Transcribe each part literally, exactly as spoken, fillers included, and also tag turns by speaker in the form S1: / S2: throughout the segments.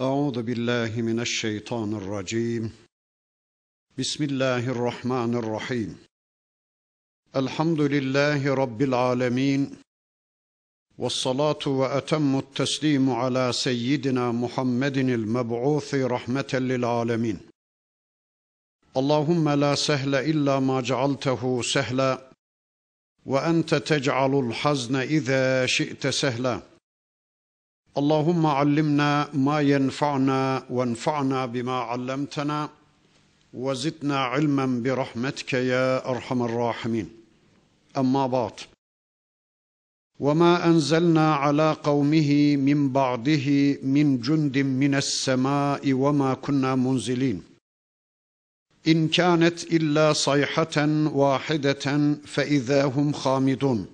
S1: Euzu billahi mineşşeytanirracim. Bismillahirrahmanirrahim. Elhamdülillahi Rabbil alemin. Vessalatu ve etemmut teslimu ala seyyidina Muhammedinil meb'ûthi rahmeten lil alemin. Allahümme la sehle illa ma cealtehu sehla ve ente tec'alul hazne izâ şi'te sehla. Allahümme allimna ma yenfa'na ve enfa'na bima allamtana ve zidna ilmen bi rahmetike ya erhamer rahimin. Amma ba'd. Ve ma enzelna ala kavmihi min ba'dihi min cundin mines semai ve ma kunna munzilin. İn kânet illa sayhaten vâhideten fe izâhum khâmidun.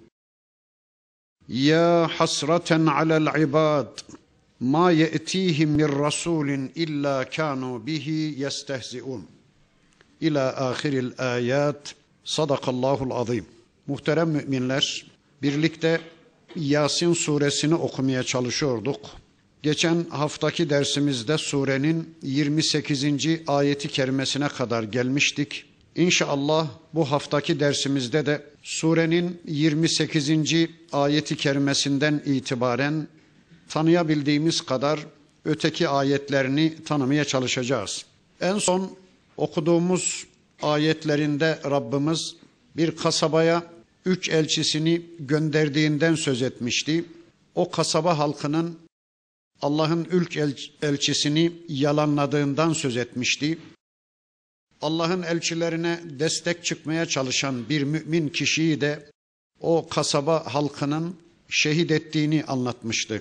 S1: Ya hasraten alel ibad ma ye'tihim min rasulin illa kanu bihi yestehzi'un. İlâ âhiril âyât. Sadakallahul azim. Muhterem müminler, birlikte Yasin suresini okumaya çalışıyorduk. Geçen haftaki dersimizde surenin yirmi sekizinci ayeti kerimesine kadar gelmiştik. İnşallah bu haftaki dersimizde de surenin yirmi sekizinci ayeti kerimesinden itibaren tanıyabildiğimiz kadar öteki ayetlerini tanımaya çalışacağız. En son okuduğumuz ayetlerinde Rabbimiz bir kasabaya üç elçisini gönderdiğinden söz etmişti. O kasaba halkının Allah'ın ilk elçisini yalanladığından söz etmişti. Allah'ın elçilerine destek çıkmaya çalışan bir mümin kişiyi de o kasaba halkının şehit ettiğini anlatmıştı.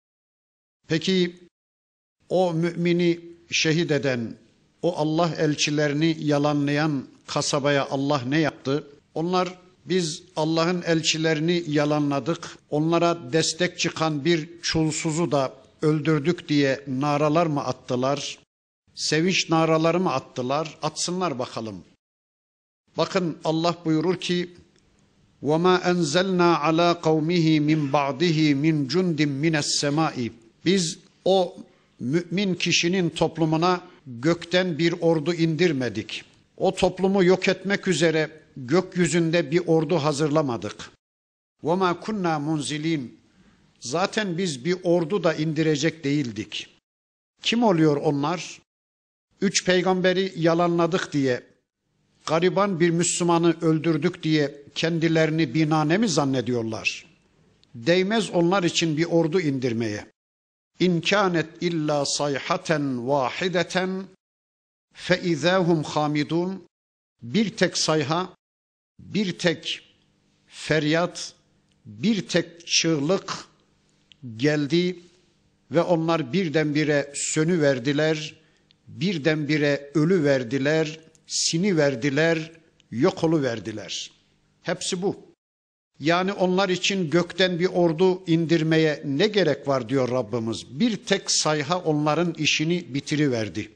S1: Peki o mümini şehit eden, o Allah elçilerini yalanlayan kasabaya Allah ne yaptı? Onlar biz Allah'ın elçilerini yalanladık, onlara destek çıkan bir çulsuzu da öldürdük diye naralar mı attılar? Sevinç naraları mı attılar? Atsınlar bakalım. Bakın Allah buyurur ki: وَمَا أَنْزَلْنَا عَلَى قَوْمِهِ مِنْ بَعْدِهِ مِنْ جُنْدٍ مِنَ السَّمَاءِ. Biz o mümin kişinin toplumuna gökten bir ordu indirmedik. O toplumu yok etmek üzere gökyüzünde bir ordu hazırlamadık. وَمَا كُنَّا مُنْزِلِينَ. Zaten biz bir ordu da indirecek değildik. Kim oluyor onlar? Üç peygamberi yalanladık diye, gariban bir Müslümanı öldürdük diye kendilerini binane mi zannediyorlar? Değmez onlar için bir ordu indirmeye. İn kânet illa sayhaten vâhideten fe izâhum hamidun. Bir tek sayha, bir tek feryat, bir tek çığlık geldi ve onlar birdenbire sönüverdiler, birdenbire ölü verdiler, sini verdiler, yok oluverdiler. Hepsi bu. Yani onlar için gökten bir ordu indirmeye ne gerek var diyor Rabbimiz. Bir tek sayha onların işini bitiriverdi.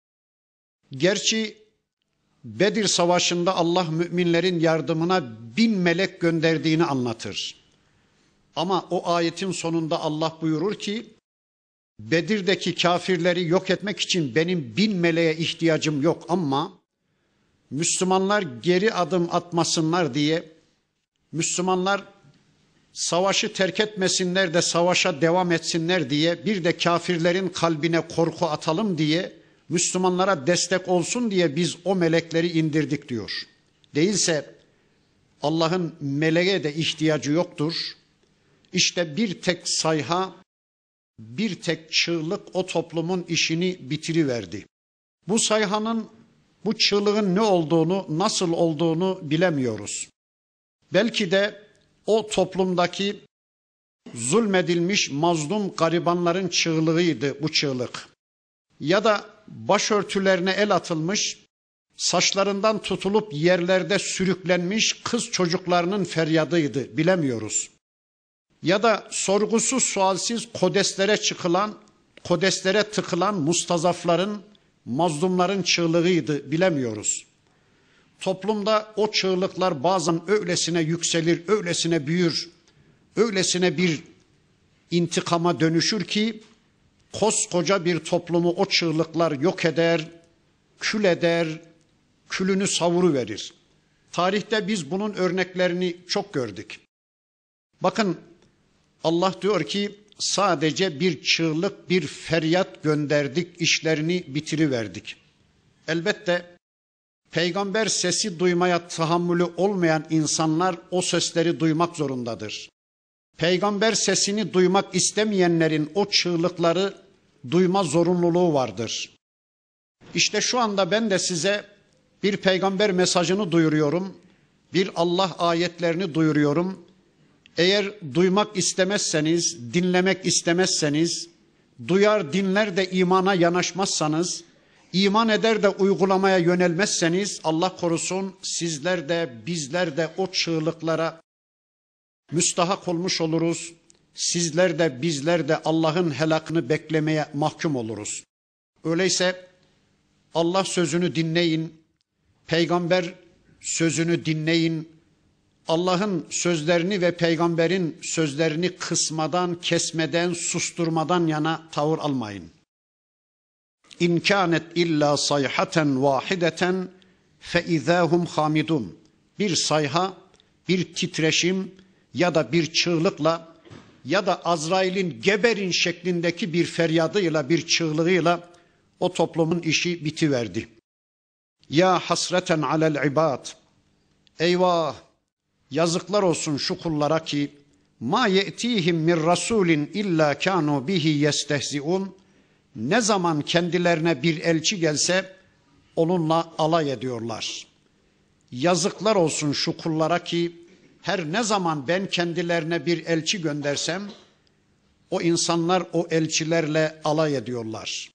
S1: Gerçi Bedir Savaşı'nda Allah müminlerin yardımına bin melek gönderdiğini anlatır. Ama o ayetin sonunda Allah buyurur ki, Bedir'deki kafirleri yok etmek için benim bin meleğe ihtiyacım yok ama Müslümanlar geri adım atmasınlar diye, Müslümanlar savaşı terk etmesinler de savaşa devam etsinler diye, bir de kafirlerin kalbine korku atalım diye, Müslümanlara destek olsun diye biz o melekleri indirdik diyor. Değilse Allah'ın meleğe de ihtiyacı yoktur. İşte bir tek sayha, bir tek çığlık o toplumun işini bitiriverdi. Bu sayhanın, bu çığlığın ne olduğunu, nasıl olduğunu bilemiyoruz. Belki de o toplumdaki zulmedilmiş mazlum garibanların çığlığıydı bu çığlık. Ya da başörtülerine el atılmış, saçlarından tutulup yerlerde sürüklenmiş kız çocuklarının feryadıydı, bilemiyoruz. Ya da sorgusuz sualsiz kodeslere çıkılan, kodeslere tıkılan mustazafların, mazlumların çığlığıydı, bilemiyoruz. Toplumda o çığlıklar bazen öylesine yükselir, öylesine büyür, öylesine bir intikama dönüşür ki koskoca bir toplumu o çığlıklar yok eder, kül eder, külünü savuruverir. Tarihte biz bunun örneklerini çok gördük. Bakın Allah diyor ki sadece bir çığlık, bir feryat gönderdik, işlerini bitiriverdik. Elbette peygamber sesi duymaya tahammülü olmayan insanlar o sesleri duymak zorundadır. Peygamber sesini duymak istemeyenlerin o çığlıkları duyma zorunluluğu vardır. İşte şu anda ben de size bir peygamber mesajını duyuruyorum, bir Allah ayetlerini duyuruyorum. Eğer duymak istemezseniz, dinlemek istemezseniz, duyar dinler de imana yanaşmazsanız, iman eder de uygulamaya yönelmezseniz, Allah korusun sizler de bizler de o çığlıklara müstahak olmuş oluruz. Sizler de bizler de Allah'ın helakını beklemeye mahkum oluruz. Öyleyse Allah sözünü dinleyin, peygamber sözünü dinleyin. Allah'ın sözlerini ve peygamberin sözlerini kısmadan, kesmeden, susturmadan yana tavır almayın. İn kânet illa sayhaten vahideten fe izâhum hamidun. Bir sayha, bir titreşim ya da bir çığlıkla ya da Azrail'in geberin şeklindeki bir feryadıyla, bir çığlığıyla o toplumun işi bitiverdi. Ya hasreten alel ibad. Eyvah! Yazıklar olsun şu kullara ki ma ye'tihim min rasulin illa kanu bihi yestehziun. Ne zaman kendilerine bir elçi gelse onunla alay ediyorlar. Yazıklar olsun şu kullara ki her ne zaman ben kendilerine bir elçi göndersem o insanlar o elçilerle alay ediyorlar.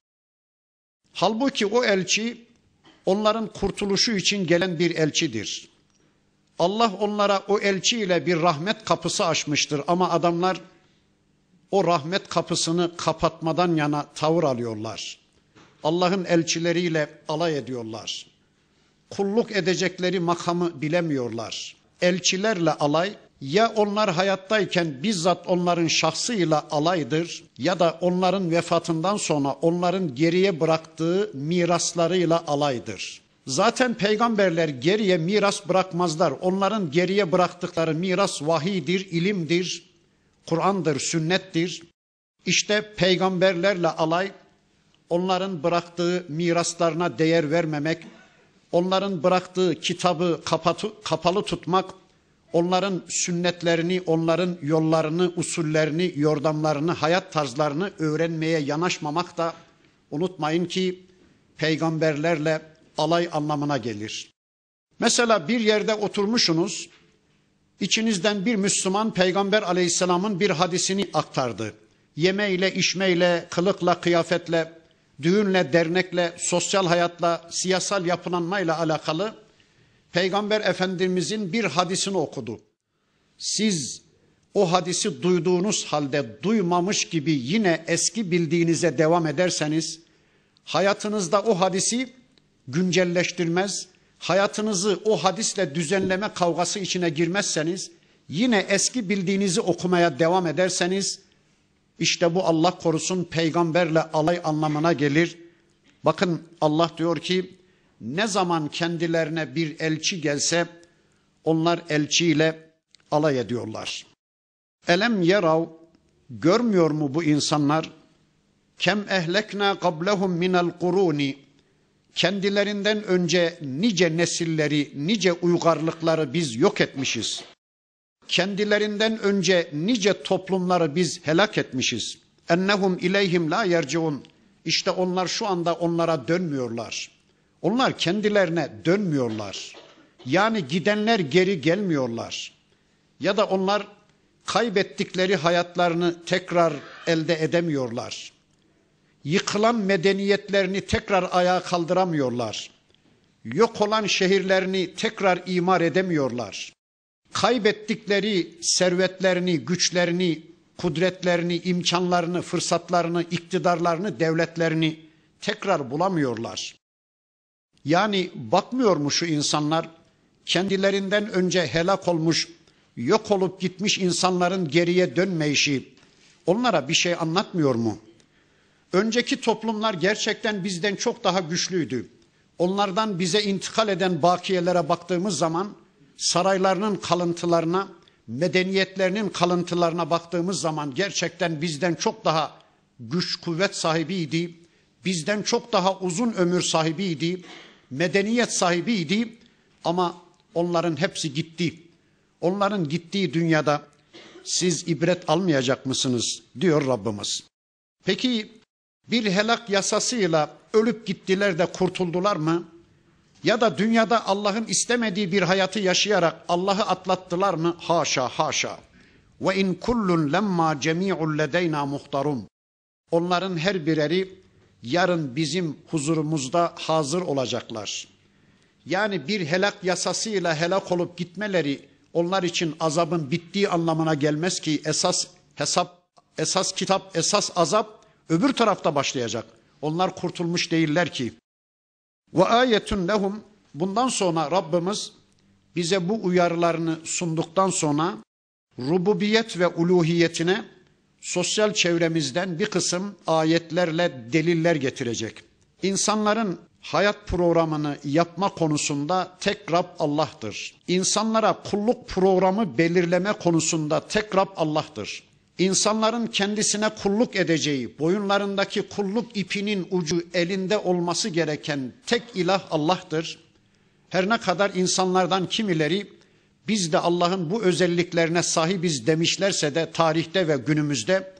S1: Halbuki o elçi onların kurtuluşu için gelen bir elçidir. Allah onlara o elçiyle bir rahmet kapısı açmıştır ama adamlar o rahmet kapısını kapatmadan yana tavır alıyorlar. Allah'ın elçileriyle alay ediyorlar. Kulluk edecekleri makamı bilemiyorlar. Elçilerle alay ya onlar hayattayken bizzat onların şahsıyla alaydır ya da onların vefatından sonra onların geriye bıraktığı miraslarıyla alaydır. Zaten peygamberler geriye miras bırakmazlar. Onların geriye bıraktıkları miras vahiydir, ilimdir, Kur'an'dır, sünnettir. İşte peygamberlerle alay, onların bıraktığı miraslarına değer vermemek, onların bıraktığı kitabı kapatı, kapalı tutmak, onların sünnetlerini, onların yollarını, usullerini, yordamlarını, hayat tarzlarını öğrenmeye yanaşmamak da unutmayın ki peygamberlerle alay anlamına gelir. Mesela bir yerde oturmuşsunuz, içinizden bir Müslüman Peygamber Aleyhisselam'ın bir hadisini aktardı. Yemeyle, içmeyle, kılıkla, kıyafetle, düğünle, dernekle, sosyal hayatla, siyasal yapılanmayla alakalı Peygamber Efendimizin bir hadisini okudu. Siz o hadisi duyduğunuz halde duymamış gibi yine eski bildiğinize devam ederseniz, hayatınızda o hadisi güncelleştirmez, hayatınızı o hadisle düzenleme kavgası içine girmezseniz, yine eski bildiğinizi okumaya devam ederseniz, işte bu Allah korusun peygamberle alay anlamına gelir. Bakın Allah diyor ki, ne zaman kendilerine bir elçi gelse, onlar elçiyle alay ediyorlar. Elem yerav, görmüyor mu bu insanlar? Kem ehlekna qablahum minel kuruni, kendilerinden önce nice nesilleri, nice uygarlıkları biz yok etmişiz. Kendilerinden önce nice toplumları biz helak etmişiz. Ennehum ileyhim la yerciun. İşte onlar şu anda onlara dönmüyorlar. Onlar kendilerine dönmüyorlar. Yani gidenler geri gelmiyorlar. Ya da onlar kaybettikleri hayatlarını tekrar elde edemiyorlar. Yıkılan medeniyetlerini tekrar ayağa kaldıramıyorlar. Yok olan şehirlerini tekrar imar edemiyorlar. Kaybettikleri servetlerini, güçlerini, kudretlerini, imkanlarını, fırsatlarını, iktidarlarını, devletlerini tekrar bulamıyorlar. Yani bakmıyor mu şu insanlar, kendilerinden önce helak olmuş, yok olup gitmiş insanların geriye dönmeyişi onlara bir şey anlatmıyor mu? Önceki toplumlar gerçekten bizden çok daha güçlüydü. Onlardan bize intikal eden bakiyelere baktığımız zaman, saraylarının kalıntılarına, medeniyetlerinin kalıntılarına baktığımız zaman gerçekten bizden çok daha güç, kuvvet sahibiydi. Bizden çok daha uzun ömür sahibiydi. Medeniyet sahibiydi. Ama onların hepsi gitti. Onların gittiği dünyada siz ibret almayacak mısınız diyor Rabbimiz. Peki bir helak yasasıyla ölüp gittiler de kurtuldular mı? Ya da dünyada Allah'ın istemediği bir hayatı yaşayarak Allah'ı atlattılar mı? Haşa haşa. Ve in kullun lemma cemi'un ledeyna muhtarum. Onların her bireri yarın bizim huzurumuzda hazır olacaklar. Yani bir helak yasasıyla helak olup gitmeleri onlar için azabın bittiği anlamına gelmez ki esas hesap, esas kitap, esas azap öbür tarafta başlayacak. Onlar kurtulmuş değiller ki. Ve ayetun lehum, bundan sonra Rabbimiz bize bu uyarılarını sunduktan sonra rububiyet ve uluhiyetine sosyal çevremizden bir kısım ayetlerle deliller getirecek. İnsanların hayat programını yapma konusunda tek Rab Allah'tır. İnsanlara kulluk programı belirleme konusunda tek Rab Allah'tır. İnsanların kendisine kulluk edeceği, boyunlarındaki kulluk ipinin ucu elinde olması gereken tek ilah Allah'tır. Her ne kadar insanlardan kimileri biz de Allah'ın bu özelliklerine sahibiz demişlerse de tarihte ve günümüzde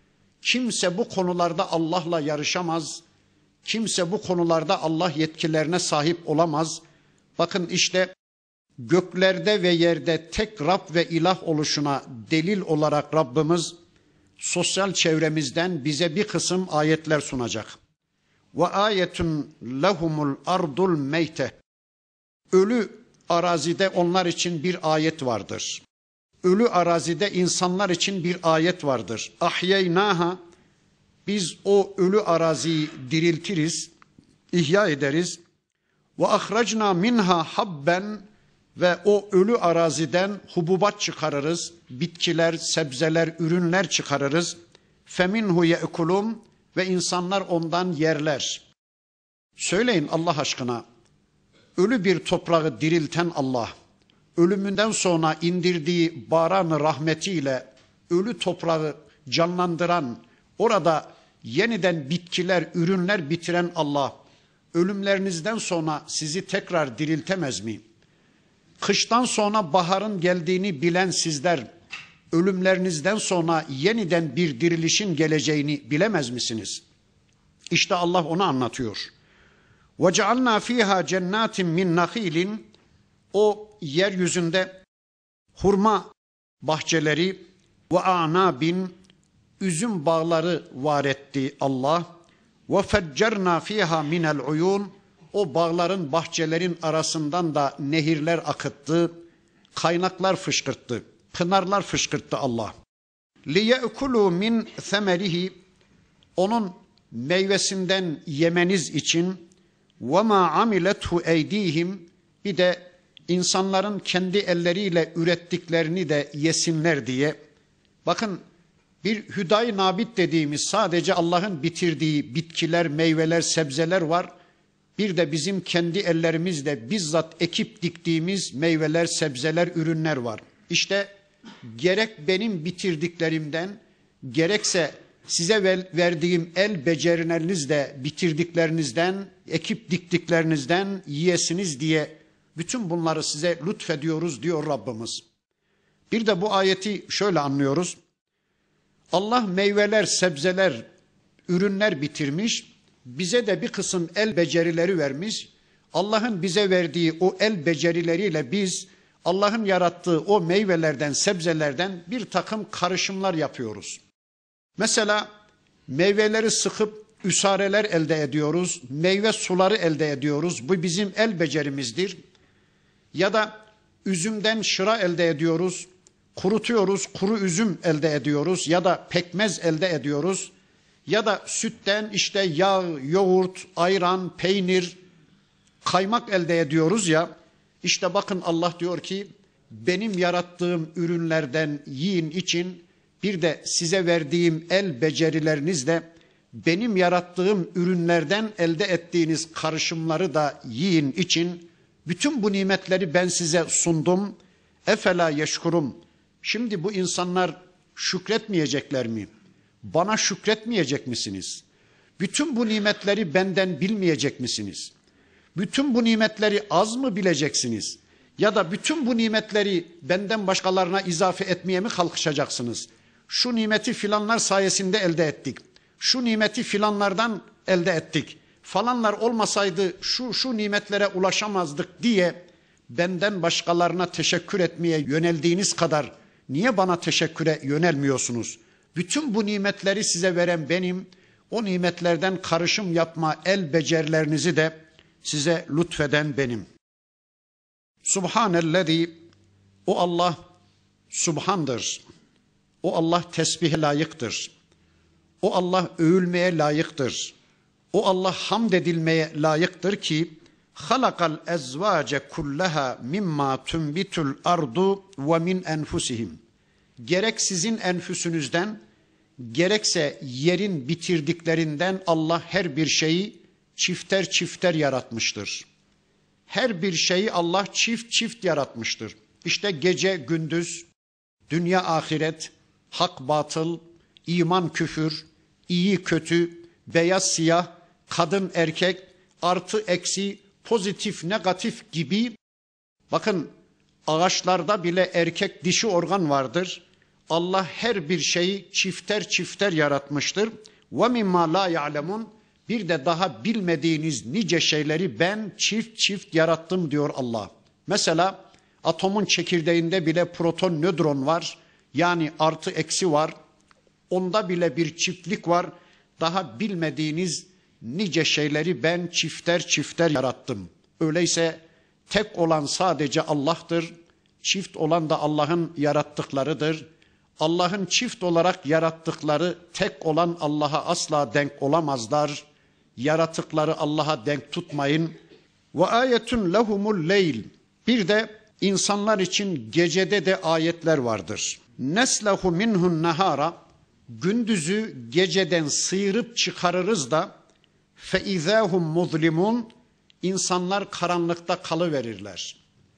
S1: kimse bu konularda Allah'la yarışamaz. Kimse bu konularda Allah yetkilerine sahip olamaz. Bakın işte göklerde ve yerde tek Rab ve ilah oluşuna delil olarak Rabbimiz sosyal çevremizden bize bir kısım ayetler sunacak. Ve ayetun lehumul ardul meyte. Ölü arazide onlar için bir ayet vardır. Ölü arazide insanlar için bir ayet vardır. Ahyeynaha, biz o ölü araziyi diriltiriz, ihya ederiz. Ve ahracna minha habben, ve o ölü araziden hububat çıkarırız, bitkiler, sebzeler, ürünler çıkarırız. Feminhu ye'kulum, ve insanlar ondan yerler. Söyleyin Allah aşkına, ölü bir toprağı dirilten Allah, ölümünden sonra indirdiği baran rahmetiyle ölü toprağı canlandıran, orada yeniden bitkiler, ürünler bitiren Allah, ölümlerinizden sonra sizi tekrar diriltemez mi? Kıştan sonra baharın geldiğini bilen sizler, ölümlerinizden sonra yeniden bir dirilişin geleceğini bilemez misiniz? İşte Allah onu anlatıyor. وَجَعَلْنَا ف۪يهَا جَنَّاتٍ مِنْ نَخِيلٍ, o yeryüzünde hurma bahçeleri ve anabin, üzüm bağları var etti Allah. وَفَجَّرْنَا ف۪يهَا مِنَ الْعُيُونَ, o bağların, bahçelerin arasından da nehirler akıttı, kaynaklar fışkırttı, pınarlar fışkırttı Allah. لِيَأْكُلُوا مِنْ ثَمَرِهِ, onun meyvesinden yemeniz için, وَمَا عَمِلَتْهُ اَيْد۪يهِمْ, bir de insanların kendi elleriyle ürettiklerini de yesinler diye. Bakın, bir hüdayi nabit dediğimiz sadece Allah'ın bitirdiği bitkiler, meyveler, sebzeler var. Bir de bizim kendi ellerimizle bizzat ekip diktiğimiz meyveler, sebzeler, ürünler var. İşte gerek benim bitirdiklerimden, gerekse size verdiğim el becerinizle bitirdiklerinizden, ekip diktiklerinizden yiyesiniz diye bütün bunları size lütfediyoruz diyor Rabbimiz. Bir de bu ayeti şöyle anlıyoruz. Allah meyveler, sebzeler, ürünler bitirmiş, bize de bir kısım el becerileri vermiş. Allah'ın bize verdiği o el becerileriyle biz Allah'ın yarattığı o meyvelerden, sebzelerden bir takım karışımlar yapıyoruz. Mesela meyveleri sıkıp üsareler elde ediyoruz, meyve suları elde ediyoruz. Bu bizim el becerimizdir. Ya da üzümden şıra elde ediyoruz, kurutuyoruz, kuru üzüm elde ediyoruz ya da pekmez elde ediyoruz. Ya da sütten işte yağ, yoğurt, ayran, peynir, kaymak elde ediyoruz ya. İşte bakın Allah diyor ki benim yarattığım ürünlerden yiyin için, bir de size verdiğim el becerilerinizle benim yarattığım ürünlerden elde ettiğiniz karışımları da yiyin için bütün bu nimetleri ben size sundum. Efela yeşkurum. Şimdi bu insanlar şükretmeyecekler mi? Bana şükretmeyecek misiniz? Bütün bu nimetleri benden bilmeyecek misiniz? Bütün bu nimetleri az mı bileceksiniz? Ya da bütün bu nimetleri benden başkalarına izafe etmeye mi kalkışacaksınız? Şu nimeti filanlar sayesinde elde ettik. Şu nimeti filanlardan elde ettik. Falanlar olmasaydı şu şu nimetlere ulaşamazdık diye benden başkalarına teşekkür etmeye yöneldiğiniz kadar niye bana teşekküre yönelmiyorsunuz? Bütün bu nimetleri size veren benim, o nimetlerden karışım yapma el becerilerinizi de size lütfeden benim. Subhanellezi, o Allah subhandır. O Allah tesbihe layıktır. O Allah övülmeye layıktır. O Allah hamd edilmeye layıktır ki halakal ezvace kullaha mimma tunbitul ardu ve min enfusihim. Gerek sizin enfüsünüzden gerekse yerin bitirdiklerinden Allah her bir şeyi çifter çifter yaratmıştır. Her bir şeyi Allah çift çift yaratmıştır. İşte gece gündüz, dünya ahiret, hak batıl, iman küfür, iyi kötü, beyaz siyah, kadın erkek, artı eksi, pozitif negatif gibi. Bakın ağaçlarda bile erkek dişi organ vardır. Allah her bir şeyi çifter çifter yaratmıştır. Ve mimma la ya'lemun, bir de daha bilmediğiniz nice şeyleri ben çift çift yarattım diyor Allah. Mesela atomun çekirdeğinde bile proton nötron var. Yani artı eksi var. Onda bile bir çiftlik var. Daha bilmediğiniz nice şeyleri ben çifter çifter yarattım. Öyleyse tek olan sadece Allah'tır. Çift olan da Allah'ın yarattıklarıdır. Allah'ın çift olarak yarattıkları tek olan Allah'a asla denk olamazlar. Yaratıkları Allah'a denk tutmayın. Ve ayetun lehumul leyl. Bir de insanlar için gecede de ayetler vardır. Neslehu minhun nahara. Gündüzü geceden sıyırıp çıkarırız da fe izahum muzlimun, insanlar karanlıkta kalıverirler.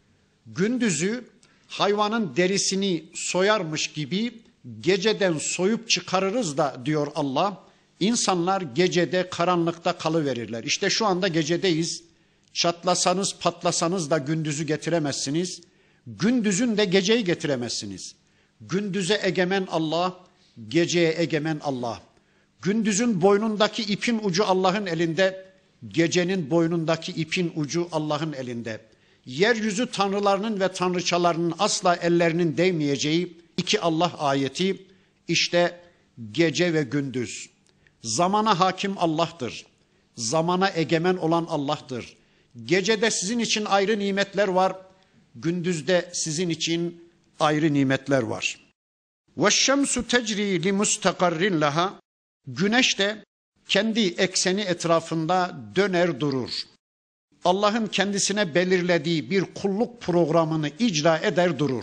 S1: Gündüzü hayvanın derisini soyarmış gibi geceden soyup çıkarırız da diyor Allah. İnsanlar gecede karanlıkta kalıverirler. İşte şu anda gecedeyiz. Çatlasanız patlasanız da gündüzü getiremezsiniz. Gündüzün de geceyi getiremezsiniz. Gündüze egemen Allah, geceye egemen Allah. Gündüzün boynundaki ipin ucu Allah'ın elinde, gecenin boynundaki ipin ucu Allah'ın elinde. Yeryüzü tanrılarının ve tanrıçalarının asla ellerinin değmeyeceği iki Allah ayeti, işte gece ve gündüz. Zamana hakim Allah'tır. Zamana egemen olan Allah'tır. Gecede sizin için ayrı nimetler var, gündüzde sizin için ayrı nimetler var. وَالشَّمْسُ تَجْرِي لِمُسْتَقَرٍ لَهَا. Güneş de kendi ekseni etrafında döner durur. Allah'ın kendisine belirlediği bir kulluk programını icra eder durur.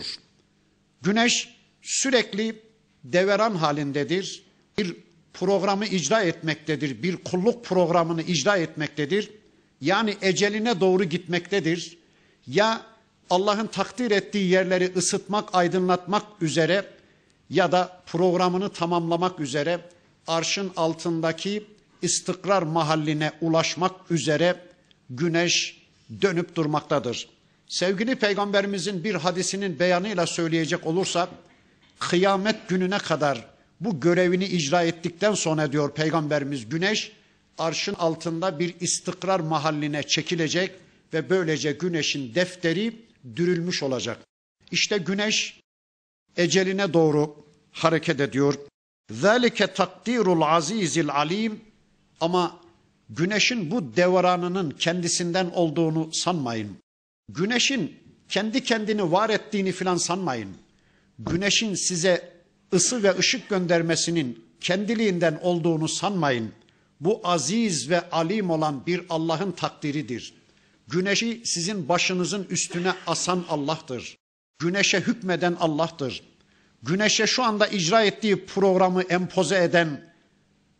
S1: Güneş sürekli devran halindedir. Bir programı icra etmektedir. Bir kulluk programını icra etmektedir. Yani eceline doğru gitmektedir. Ya Allah'ın takdir ettiği yerleri ısıtmak, aydınlatmak üzere ya da programını tamamlamak üzere arşın altındaki istikrar mahalline ulaşmak üzere güneş dönüp durmaktadır. Sevgili Peygamberimizin bir hadisinin beyanıyla söyleyecek olursak, kıyamet gününe kadar bu görevini icra ettikten sonra diyor Peygamberimiz, güneş arşın altında bir istikrar mahalline çekilecek ve böylece güneşin defteri dürülmüş olacak. İşte güneş eceline doğru hareket ediyor. ذَٰلِكَ تَقْدِيرُ الْعَز۪يزِ الْعَل۪يمِ. Ama güneşin bu devranının kendisinden olduğunu sanmayın. Güneşin kendi kendini var ettiğini filan sanmayın. Güneşin size ısı ve ışık göndermesinin kendiliğinden olduğunu sanmayın. Bu aziz ve alim olan bir Allah'ın takdiridir. Güneşi sizin başınızın üstüne asan Allah'tır. Güneşe hükmeden Allah'tır. Güneşe şu anda icra ettiği programı empoze eden,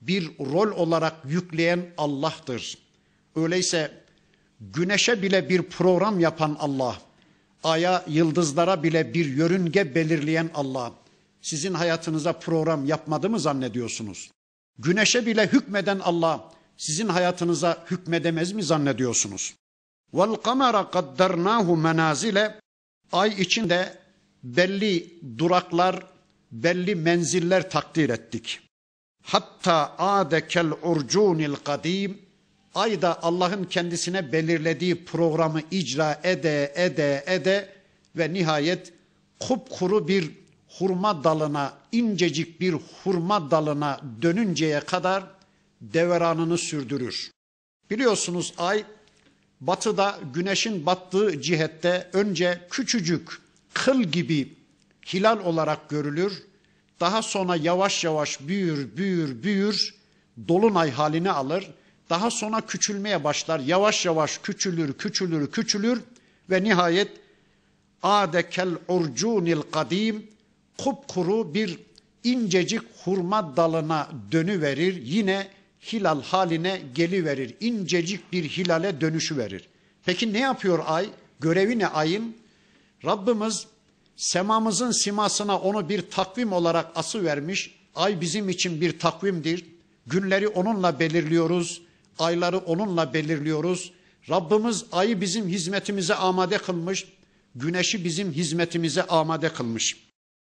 S1: bir rol olarak yükleyen Allah'tır. Öyleyse güneşe bile bir program yapan Allah, aya, yıldızlara bile bir yörünge belirleyen Allah, sizin hayatınıza program yapmadı mı zannediyorsunuz? Güneşe bile hükmeden Allah, sizin hayatınıza hükmedemez mi zannediyorsunuz? وَالْقَمَرَ قَدَّرْنَاهُ مَنَازِلَ Ay içinde belli duraklar, belli menziller takdir ettik. Hatta adekel urcunil kadim. Ay da Allah'ın kendisine belirlediği programı icra ede ede ede ve nihayet kupkuru bir hurma dalına, incecik bir hurma dalına dönünceye kadar devranını sürdürür. Biliyorsunuz ay batıda güneşin battığı cihette önce küçücük kıl gibi hilal olarak görülür. Daha sonra yavaş yavaş büyür, büyür, büyür, dolunay halini alır. Daha sonra küçülmeye başlar. Yavaş yavaş küçülür, küçülür, küçülür ve nihayet adekel urcunil kadim, kupkuru bir incecik hurma dalına dönüverir. Yine hilal haline geliverir. İncecik bir hilale dönüşü verir. Peki ne yapıyor ay? Görevi ne ayın? Rabbimiz semamızın simasına onu bir takvim olarak asıvermiş. Ay bizim için bir takvimdir. Günleri onunla belirliyoruz. Ayları onunla belirliyoruz. Rabbimiz ayı bizim hizmetimize amade kılmış. Güneşi bizim hizmetimize amade kılmış.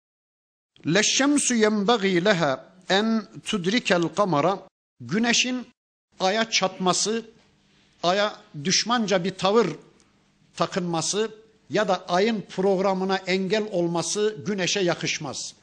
S1: Leşşemsu yenbagî leha en tudrikel kamera. Güneşin aya çatması, aya düşmanca bir tavır takınması ya da ayın programına engel olması güneşe yakışmaz.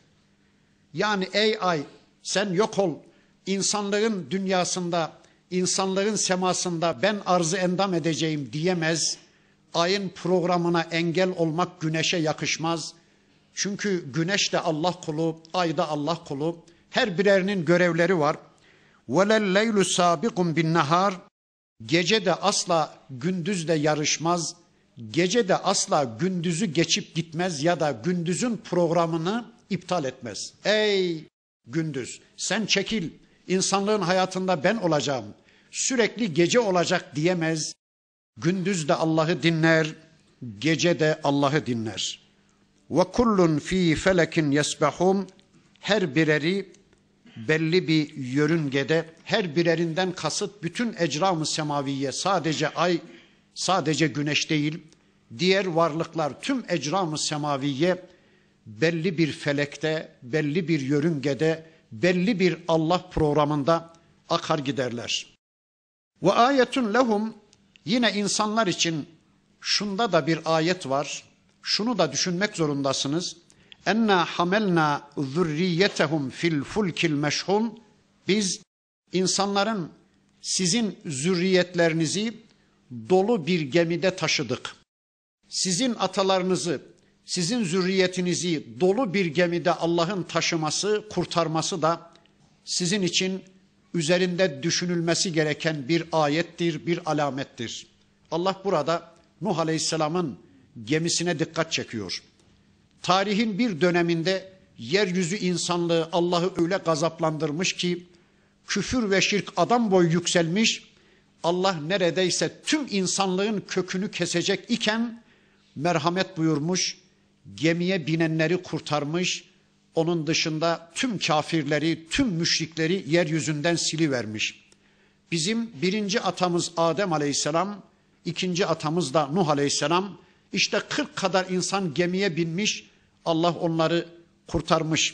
S1: Yani ey ay sen yok ol, insanlığın dünyasında, insanlığın semasında ben arzı endam edeceğim diyemez. Ayın programına engel olmak güneşe yakışmaz. Çünkü güneş de Allah kulu, ay da Allah kulu. Her birerinin görevleri var. وَلَلْلَيْلُ سَابِقٌ بِالنَّهَارِ Gece de asla gündüzle yarışmaz. Gece de asla gündüzü geçip gitmez ya da gündüzün programını iptal etmez. Ey gündüz sen çekil, insanlığın hayatında ben olacağım, sürekli gece olacak diyemez. Gündüz de Allah'ı dinler, gece de Allah'ı dinler. وَكُلٌّ ف۪ي فَلَكٍ يَسْبَحُونَ Her bireri belli bir yörüngede, her birerinden kasıt bütün ecram-ı semaviye, sadece ay, sadece güneş değil, diğer varlıklar tüm ecram-ı semaviye belli bir felekte, belli bir yörüngede, belli bir Allah programında akar giderler. Ve ayetun lehum yine insanlar için şunda da bir ayet var. Şunu da düşünmek zorundasınız. Enna hamelna zurriyetehum fil fulkil meşhun. Biz insanların sizin zürriyetlerinizi dolu bir gemide taşıdık. Sizin atalarınızı, sizin zürriyetinizi dolu bir gemide Allah'ın taşıması, kurtarması da sizin için üzerinde düşünülmesi gereken bir ayettir, bir alamettir. Allah burada Nuh Aleyhisselam'ın gemisine dikkat çekiyor. Tarihin bir döneminde yeryüzü insanlığı Allah'ı öyle gazaplandırmış ki küfür ve şirk adam boyu yükselmiş. Allah neredeyse tüm insanlığın kökünü kesecek iken merhamet buyurmuş, gemiye binenleri kurtarmış, onun dışında tüm kafirleri, tüm müşrikleri yeryüzünden silivermiş. Bizim birinci atamız Adem Aleyhisselam, ikinci atamız da Nuh Aleyhisselam, işte kırk kadar insan gemiye binmiş, Allah onları kurtarmış.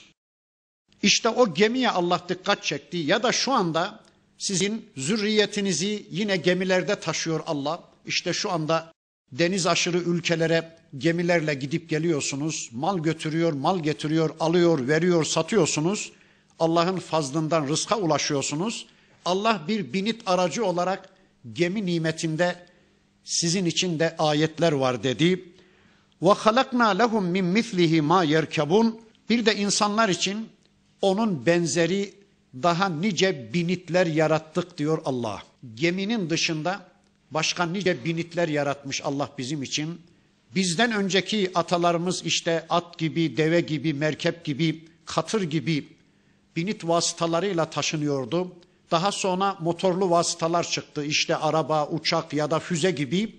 S1: İşte o gemiye Allah dikkat çekti ya da şu anda sizin zürriyetinizi yine gemilerde taşıyor Allah. İşte şu anda deniz aşırı ülkelere gemilerle gidip geliyorsunuz. Mal götürüyor, mal getiriyor, alıyor, veriyor, satıyorsunuz. Allah'ın fazlından rızka ulaşıyorsunuz. Allah bir binit aracı olarak gemi nimetinde sizin için de ayetler var dedi. Ve halakna lehum min mislihi ma yerkebun. Bir de insanlar için onun benzeri daha nice binitler yarattık diyor Allah. Geminin dışında başka nice binitler yaratmış Allah bizim için. Bizden önceki atalarımız işte at gibi, deve gibi, merkep gibi, katır gibi binit vasıtalarıyla taşınıyordu. Daha sonra motorlu vasıtalar çıktı. İşte araba, uçak ya da füze gibi.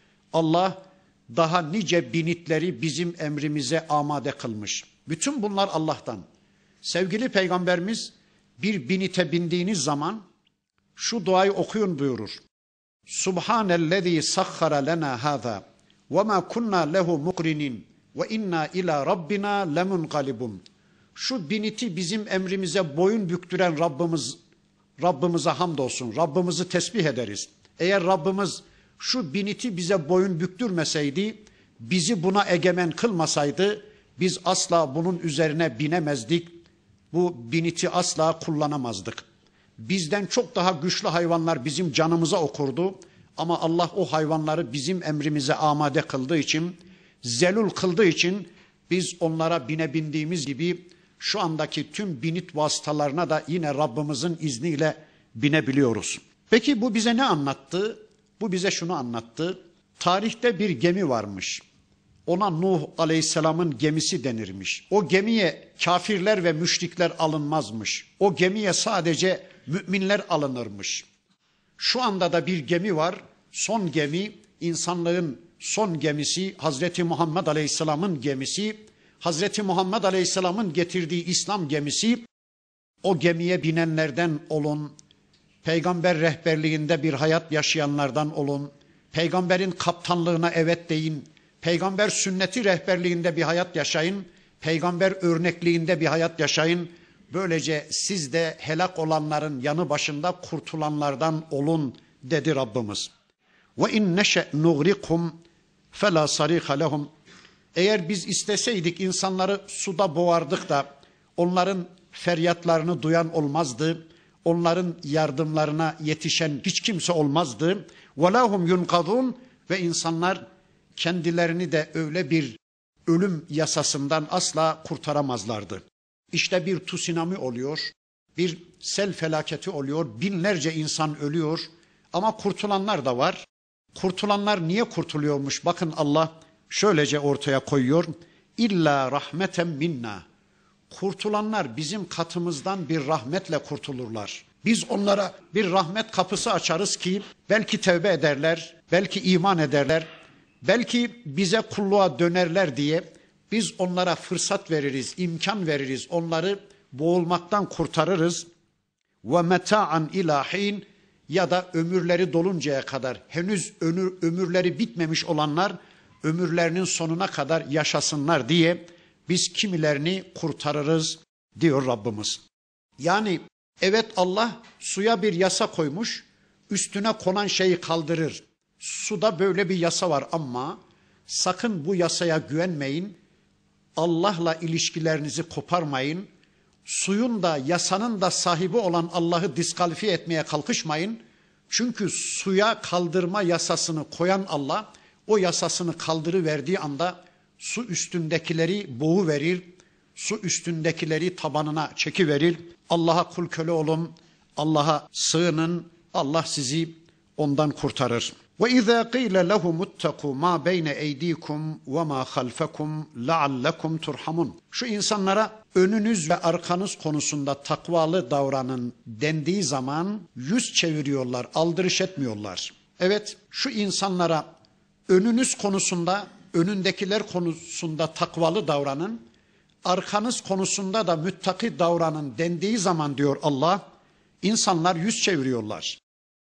S1: Allah daha nice binitleri bizim emrimize amade kılmış. Bütün bunlar Allah'tan. Sevgili Peygamberimiz bir binite bindiğiniz zaman şu duayı okuyun buyurur. Subhanellezî sahhara lena hâzâ ve mâ kunnâ lehu mukrinin ve inna ila rabbina lemunqalibun. Şu biniti bizim emrimize boyun büktüren Rabbimiz, Rabbimize hamdolsun. Rabbimizi tesbih ederiz. Eğer Rabbimiz şu biniti bize boyun büktürmeseydi, bizi buna egemen kılmasaydı, biz asla bunun üzerine binemezdik. Bu biniti asla kullanamazdık. Bizden çok daha güçlü hayvanlar bizim canımıza okurdu. Ama Allah o hayvanları bizim emrimize amade kıldığı için, zelul kıldığı için biz onlara binebindiğimiz gibi şu andaki tüm binit vasıtalarına da yine Rabbimizin izniyle binebiliyoruz. Peki bu bize ne anlattı? Bu bize şunu anlattı. Tarihte bir gemi varmış. Ona Nuh Aleyhisselam'ın gemisi denirmiş. O gemiye kafirler ve müşrikler alınmazmış. O gemiye sadece müminler alınırmış. Şu anda da bir gemi var. Son gemi, insanlığın son gemisi, Hazreti Muhammed Aleyhisselam'ın gemisi. Hazreti Muhammed Aleyhisselam'ın getirdiği İslam gemisi. O gemiye binenlerden olun. Peygamber rehberliğinde bir hayat yaşayanlardan olun. Peygamberin kaptanlığına evet deyin. Peygamber sünneti rehberliğinde bir hayat yaşayın. Peygamber örnekliğinde bir hayat yaşayın. Böylece siz de helak olanların yanı başında kurtulanlardan olun dedi Rabbimiz. Ve in neşe nugrikum fela sarika lehum. Eğer biz isteseydik insanları suda boğardık da onların feryatlarını duyan olmazdı. Onların yardımlarına yetişen hiç kimse olmazdı. وَلَهُمْ يُنْقَذُونَ Ve insanlar kendilerini de öyle bir ölüm yasasından asla kurtaramazlardı. İşte bir tsunami oluyor, bir sel felaketi oluyor, binlerce insan ölüyor ama kurtulanlar da var. Kurtulanlar niye kurtuluyormuş? Bakın Allah şöylece ortaya koyuyor. İlla rahmeten minna. Kurtulanlar bizim katımızdan bir rahmetle kurtulurlar. Biz onlara bir rahmet kapısı açarız ki belki tevbe ederler, belki iman ederler, belki bize kulluğa dönerler diye biz onlara fırsat veririz, imkan veririz, onları boğulmaktan kurtarırız. Ve meta'an ilahin ya da ömürleri doluncaya kadar henüz ömür, ömürleri bitmemiş olanlar ömürlerinin sonuna kadar yaşasınlar diye biz kimilerini kurtarırız diyor Rabbimiz. Yani evet Allah suya bir yasa koymuş, üstüne konan şeyi kaldırır. Suda böyle bir yasa var ama sakın bu yasaya güvenmeyin. Allah'la ilişkilerinizi koparmayın. Suyun da yasanın da sahibi olan Allah'ı diskalifiye etmeye kalkışmayın. Çünkü suya kaldırma yasasını koyan Allah o yasasını kaldırıverdiği anda su üstündekileri boğuverir. Su üstündekileri tabanına çekiverir. Allah'a kul köle olun. Allah'a sığının. Allah sizi ondan kurtarır. Ve izâ qîle lehum ittekû mâ beyne eydîkum ve mâ halfekum leallekum turhamun. Şu insanlara önünüz ve arkanız konusunda takvalı davranın dendiği zaman yüz çeviriyorlar, aldırış etmiyorlar. Evet, şu insanlara önünüz konusunda, önündekiler konusunda takvalı davranın, arkanız konusunda da müttaki davranın dendiği zaman diyor Allah, insanlar yüz çeviriyorlar.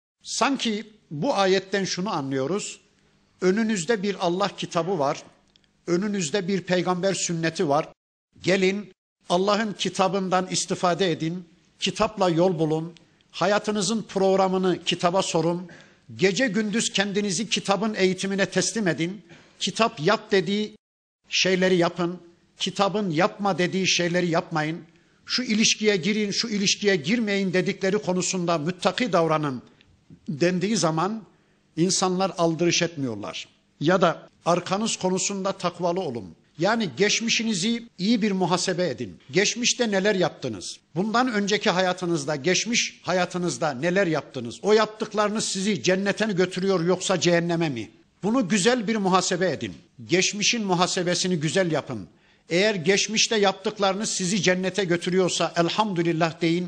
S1: Sanki bu ayetten şunu anlıyoruz. Önünüzde bir Allah kitabı var. Önünüzde bir peygamber sünneti var. Gelin Allah'ın kitabından istifade edin. Kitapla yol bulun. Hayatınızın programını kitaba sorun. Gece gündüz kendinizi kitabın eğitimine teslim edin. Kitap yap dediği şeyleri yapın. Kitabın yapma dediği şeyleri yapmayın. Şu ilişkiye girin, şu ilişkiye girmeyin dedikleri konusunda müttaki davranın dendiği zaman insanlar aldırış etmiyorlar. Ya da arkanız konusunda takvalı olun. Yani geçmişinizi iyi bir muhasebe edin. Geçmişte neler yaptınız? Bundan önceki hayatınızda, geçmiş hayatınızda neler yaptınız? O yaptıklarınız sizi cennete mi götürüyor yoksa cehenneme mi? Bunu güzel bir muhasebe edin. Geçmişin muhasebesini güzel yapın. Eğer geçmişte yaptıklarınız sizi cennete götürüyorsa elhamdülillah deyin.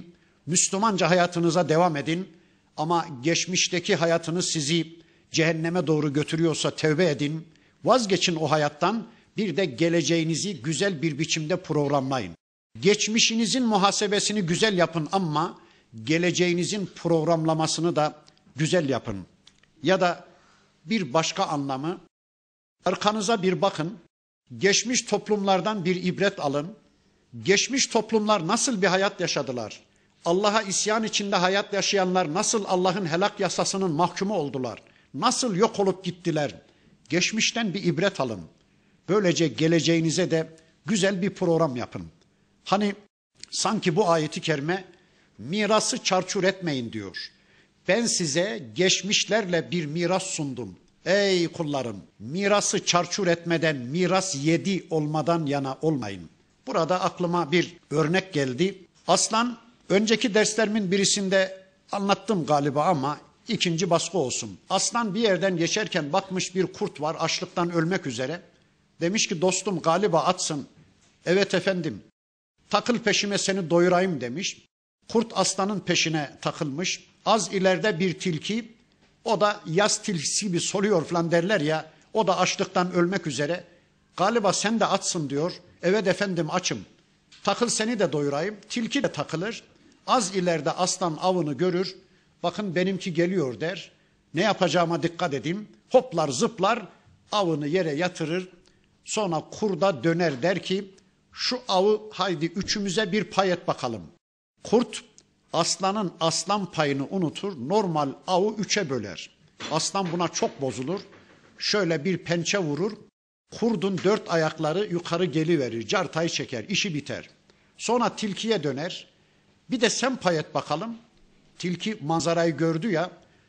S1: Müslümanca hayatınıza devam edin. Ama geçmişteki hayatınız sizi cehenneme doğru götürüyorsa tevbe edin. Vazgeçin o hayattan. Bir de geleceğinizi güzel bir biçimde programlayın. Geçmişinizin muhasebesini güzel yapın ama geleceğinizin programlamasını da güzel yapın. Ya da bir başka anlamı, arkanıza bir bakın. Geçmiş toplumlardan bir ibret alın. Geçmiş toplumlar nasıl bir hayat yaşadılar? Allah'a isyan içinde hayat yaşayanlar nasıl Allah'ın helak yasasının mahkumu oldular? Nasıl yok olup gittiler? Geçmişten bir ibret alın. Böylece geleceğinize de güzel bir program yapın. Hani sanki bu ayeti kerime mirası çarçur etmeyin diyor. Ben size geçmişlerle bir miras sundum. Ey kullarım, mirası çarçur etmeden, miras yedi olmadan yana olmayın. Burada aklıma bir örnek geldi. Aslan, önceki derslerimin birisinde anlattım galiba ama ikinci baskı olsun. Aslan bir yerden geçerken bakmış bir kurt var açlıktan ölmek üzere. Demiş ki dostum galiba açsın. Evet efendim, takıl peşime seni doyurayım demiş. Kurt aslanın peşine takılmış. Az ileride bir tilki, o da yaz tilkisi gibi soluyor falan derler ya, o da açlıktan ölmek üzere. Galiba sen de açsın diyor. Evet efendim açım. Takıl seni de doyurayım. Tilki de takılır. Az ileride aslan avını görür. Bakın benimki geliyor der. Ne yapacağıma dikkat edeyim. Hoplar zıplar avını yere yatırır. Sonra kurda döner der ki şu avı haydi üçümüze bir pay et bakalım. Kurt aslanın aslan payını unutur. Normal avı üçe böler. Aslan buna çok bozulur. Şöyle bir pençe vurur. Kurdun dört ayakları yukarı geliverir. Cartayı çeker. İşi biter. Sonra tilkiye döner. Bir de sen pay et bakalım. Tilki manzarayı gördü ya.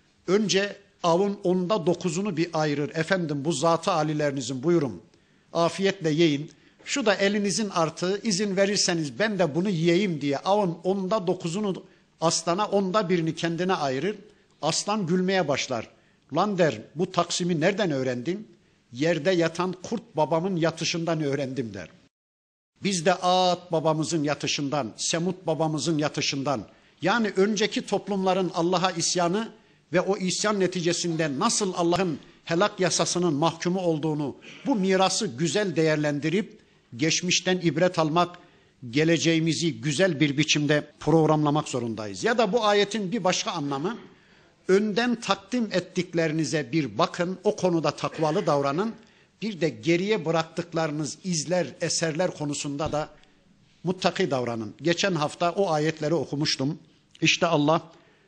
S1: Önce avın onda dokuzunu bir ayırır. Efendim bu zatı alilerinizin buyurun. Afiyetle yiyin. Şu da elinizin artığı, izin verirseniz ben de bunu yiyeyim diye avın onda dokuzunu aslana, onda birini kendine ayırır. Aslan gülmeye başlar. Lan der, bu taksimi nereden öğrendin? Yerde yatan kurt babamın yatışından öğrendim der. Biz de Ad babamızın yatışından, Semut babamızın yatışından, yani önceki toplumların Allah'a isyanı ve o isyan neticesinde nasıl Allah'ın helak yasasının mahkumu olduğunu, bu mirası güzel değerlendirip geçmişten ibret almak, geleceğimizi güzel bir biçimde programlamak zorundayız. Ya da bu ayetin bir başka anlamı, önden takdim ettiklerinize bir bakın, o konuda takvalı davranın. Bir de geriye bıraktıklarınız izler, eserler konusunda da muttaki davranın. Geçen hafta o ayetleri okumuştum. İşte Allah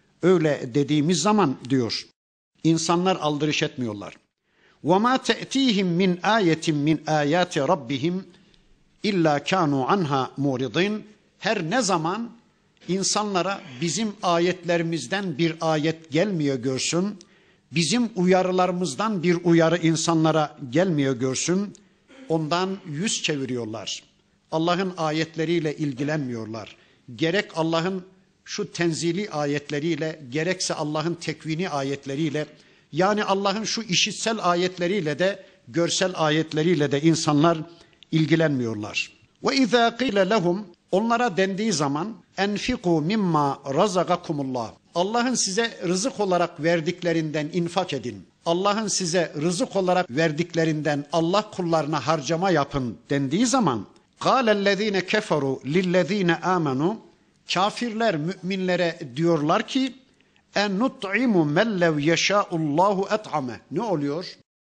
S1: öyle dediğimiz zaman diyor, insanlar aldırış etmiyorlar. وَمَا تَأْتِيهِمْ مِنْ آيَةٍ مِنْ آيَاتِ رَبِّهِمْ اِلَّا كَانُوا عَنْهَا مُورِضِينَ. Her ne zaman insanlara bizim ayetlerimizden bir ayet gelmiyor görsün, bizim uyarılarımızdan bir uyarı insanlara gelmiyor görsün, ondan yüz çeviriyorlar. Allah'ın ayetleriyle ilgilenmiyorlar. Gerek Allah'ın şu tenzili ayetleriyle, gerekse Allah'ın tekvini ayetleriyle, yani Allah'ın şu işitsel ayetleriyle de, görsel ayetleriyle de insanlar ilgilenmiyorlar. Ve izâ qîle lehum, onlara dendiği zaman enfiku mimma razakakumullah. Allah'ın size rızık olarak verdiklerinden infak edin. Allah'ın size rızık olarak verdiklerinden Allah kullarına harcama yapın dendiği zaman kâlellezîne keferu lillezîne âmenû, kafirler müminlere diyorlar ki en nut'imu mellev yeşâullâhu et'ame. Ne oluyor?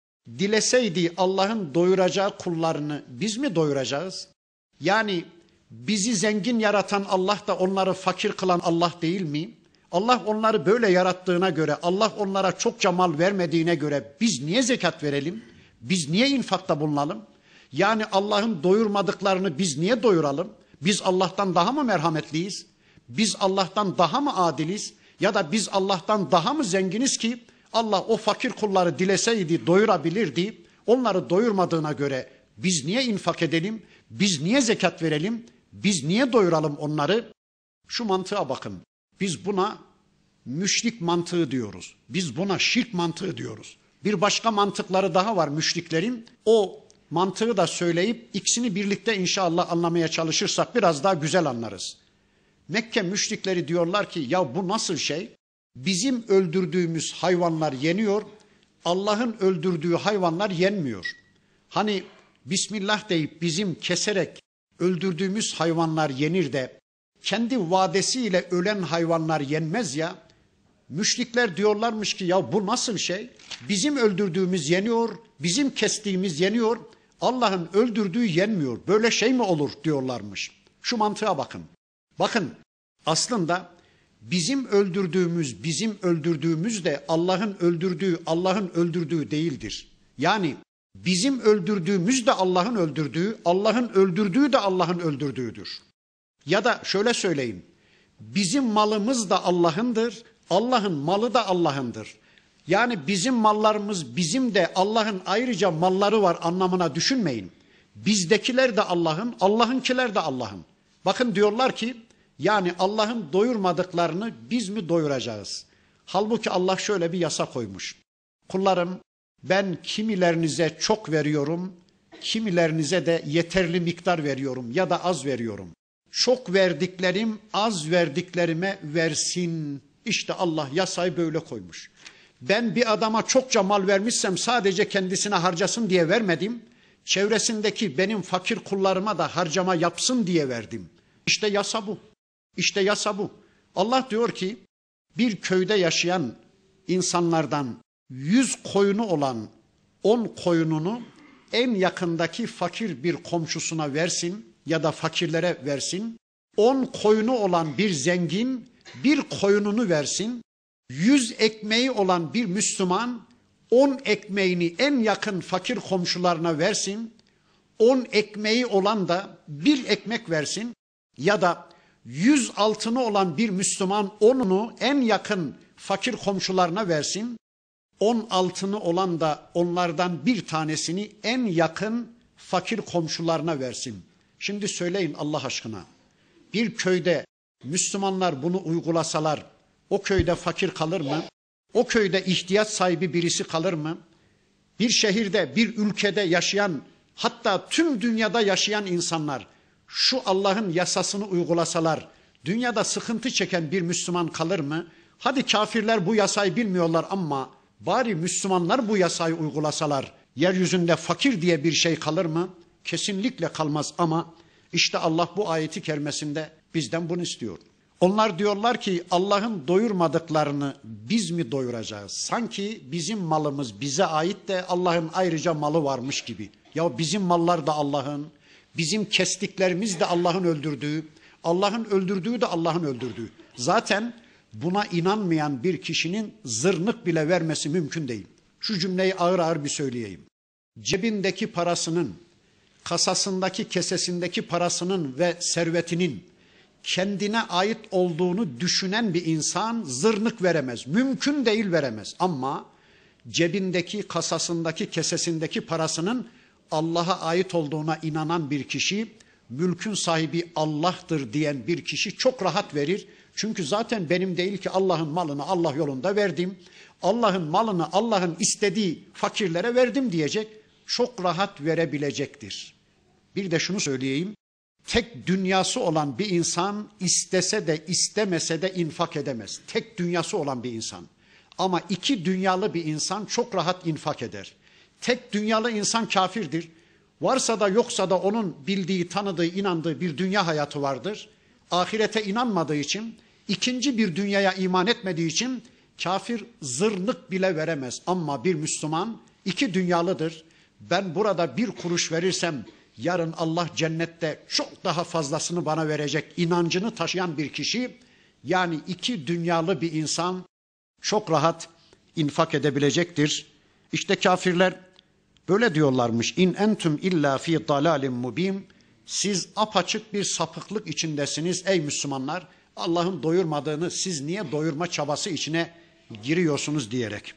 S1: Dileseydi Allah'ın doyuracağı kullarını biz mi doyuracağız? Yani bizi zengin yaratan Allah da onları fakir kılan Allah değil mi? Allah onları böyle yarattığına göre, Allah onlara çokça mal vermediğine göre biz niye zekat verelim? Biz niye infakta bulunalım? Yani Allah'ın doyurmadıklarını biz niye doyuralım? Biz Allah'tan daha mı merhametliyiz? Biz Allah'tan daha mı adiliz? Ya da biz Allah'tan daha mı zenginiz ki Allah o fakir kulları dileseydi doyurabilirdi? Onları doyurmadığına göre biz niye infak edelim? Biz niye zekat verelim? Biz niye doyuralım onları? Şu mantığa bakın. Biz buna müşrik mantığı diyoruz. Biz buna şirk mantığı diyoruz. Bir başka mantıkları daha var müşriklerin. O mantığı da söyleyip ikisini birlikte inşallah anlamaya çalışırsak biraz daha güzel anlarız. Mekke müşrikleri diyorlar ki ya bu nasıl şey? Bizim öldürdüğümüz hayvanlar yeniyor, Allah'ın öldürdüğü hayvanlar yenmiyor. Hani Bismillah deyip bizim keserek öldürdüğümüz hayvanlar yenir de kendi vadesiyle ölen hayvanlar yenmez ya. Müşrikler diyorlarmış ki ya bu nasıl şey? Bizim öldürdüğümüz yeniyor, bizim kestiğimiz yeniyor, Allah'ın öldürdüğü yenmiyor. Böyle şey mi olur diyorlarmış. Şu mantığa bakın. Bakın aslında bizim öldürdüğümüz, bizim öldürdüğümüz de Allah'ın öldürdüğü, Allah'ın öldürdüğü değildir. Yani bizim öldürdüğümüz de Allah'ın öldürdüğü, Allah'ın öldürdüğü de Allah'ın öldürdüğüdür. Ya da şöyle söyleyeyim, bizim malımız da Allah'ındır, Allah'ın malı da Allah'ındır. Yani bizim mallarımız bizim de Allah'ın ayrıca malları var anlamına düşünmeyin. Bizdekiler de Allah'ın, Allah'ınkiler de Allah'ın. Bakın diyorlar ki yani Allah'ın doyurmadıklarını biz mi doyuracağız? Halbuki Allah şöyle bir yasa koymuş. Kullarım ben kimilerinize çok veriyorum, kimilerinize de yeterli miktar veriyorum ya da az veriyorum. Çok verdiklerim az verdiklerime versin. İşte Allah yasayı böyle koymuş. Ben bir adama çokça mal vermişsem sadece kendisine harcasın diye vermedim. Çevresindeki benim fakir kullarıma da harcama yapsın diye verdim. İşte yasa bu. İşte yasa bu. Allah diyor ki bir köyde yaşayan insanlardan yüz koyunu olan on koyununu en yakındaki fakir bir komşusuna versin ya da fakirlere versin. On koyunu olan bir zengin bir koyununu versin. Yüz ekmeği olan bir Müslüman on ekmeğini en yakın fakir komşularına versin. On ekmeği olan da bir ekmek versin. Ya da yüz altını olan bir Müslüman onunu en yakın fakir komşularına versin. On altını olan da onlardan bir tanesini en yakın fakir komşularına versin. Şimdi söyleyin Allah aşkına. Bir köyde Müslümanlar bunu uygulasalar o köyde fakir kalır mı? O köyde ihtiyaç sahibi birisi kalır mı? Bir şehirde, bir ülkede yaşayan, hatta tüm dünyada yaşayan insanlar şu Allah'ın yasasını uygulasalar dünyada sıkıntı çeken bir Müslüman kalır mı? Hadi kafirler bu yasayı bilmiyorlar ama bari Müslümanlar bu yasayı uygulasalar yeryüzünde fakir diye bir şey kalır mı? Kesinlikle kalmaz ama işte Allah bu ayeti kerimesinde bizden bunu istiyor. Onlar diyorlar ki Allah'ın doyurmadıklarını biz mi doyuracağız? Sanki bizim malımız bize ait de Allah'ın ayrıca malı varmış gibi. Ya bizim mallar da Allah'ın, bizim kestiklerimiz de Allah'ın öldürdüğü, Allah'ın öldürdüğü de Allah'ın öldürdüğü. Zaten buna inanmayan bir kişinin zırnık bile vermesi mümkün değil. Şu cümleyi ağır ağır bir söyleyeyim. Cebindeki parasının, kasasındaki kesesindeki parasının ve servetinin kendine ait olduğunu düşünen bir insan zırnık veremez. Mümkün değil veremez. Ama cebindeki, kasasındaki, kesesindeki parasının Allah'a ait olduğuna inanan bir kişi, mülkün sahibi Allah'tır diyen bir kişi çok rahat verir. Çünkü zaten benim değil ki Allah'ın malını Allah yolunda verdim. Allah'ın malını Allah'ın istediği fakirlere verdim diyecek. Çok rahat verebilecektir. Bir de şunu söyleyeyim. Tek dünyası olan bir insan istese de istemese de infak edemez. Tek dünyası olan bir insan. Ama iki dünyalı bir insan çok rahat infak eder. Tek dünyalı insan kafirdir. Varsa da yoksa da onun bildiği, tanıdığı, inandığı bir dünya hayatı vardır. Ahirete inanmadığı için, ikinci bir dünyaya iman etmediği için kafir zırnık bile veremez. Ama bir Müslüman iki dünyalıdır. Ben burada bir kuruş verirsem yarın Allah cennette çok daha fazlasını bana verecek inancını taşıyan bir kişi, yani iki dünyalı bir insan çok rahat infak edebilecektir. İşte kafirler böyle diyorlarmış. İn entum illa fi dalalim mubin. Siz apaçık bir sapıklık içindesiniz ey Müslümanlar. Allah'ın doyurmadığını siz niye doyurma çabası içine giriyorsunuz diyerek.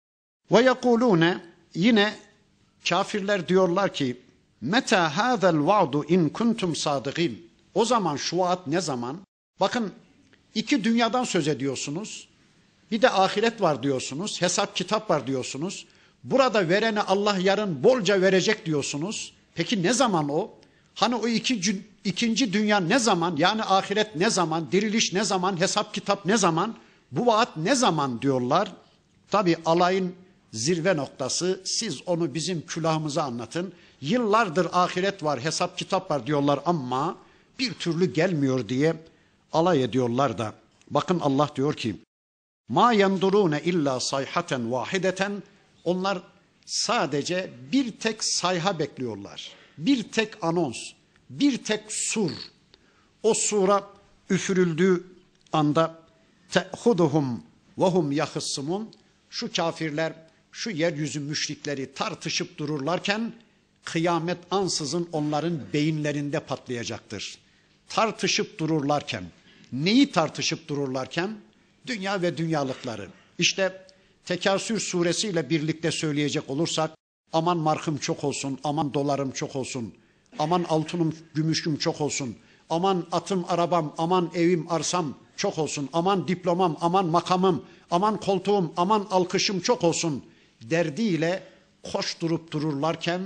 S1: Ve yekulune, yine kafirler diyorlar ki meta hadal va'du in kuntum sadikin. O zaman şu vaat ne zaman? Bakın iki dünyadan söz ediyorsunuz. Bir de ahiret var diyorsunuz. Hesap kitap var diyorsunuz. Burada verene Allah yarın bolca verecek diyorsunuz. Peki ne zaman o? Hani o iki, İkinci dünya ne zaman, yani ahiret ne zaman, diriliş ne zaman, hesap kitap ne zaman, bu vaat ne zaman diyorlar. Tabi alayın zirve noktası, siz onu bizim külahımıza anlatın. Yıllardır ahiret var, hesap kitap var diyorlar ama bir türlü gelmiyor diye alay ediyorlar da. Bakın Allah diyor ki, ma yandurune illa sayhaten vahideten, onlar sadece bir tek sayha bekliyorlar. Bir tek anons, bir tek sur. O sura üfürüldüğü anda te'huduhum ve hum yahıssumun, şu kafirler, şu yeryüzü müşrikleri tartışıp dururlarken kıyamet ansızın onların beyinlerinde patlayacaktır. Tartışıp dururlarken, neyi tartışıp dururlarken? Dünya ve dünyalıkları. İşte Tekasür suresiyle birlikte söyleyecek olursak, aman markım çok olsun, aman dolarım çok olsun, aman altınım, gümüşüm çok olsun, aman atım, arabam, aman evim, arsam çok olsun, aman diplomam, aman makamım, aman koltuğum, aman alkışım çok olsun derdiyle koşturup dururlarken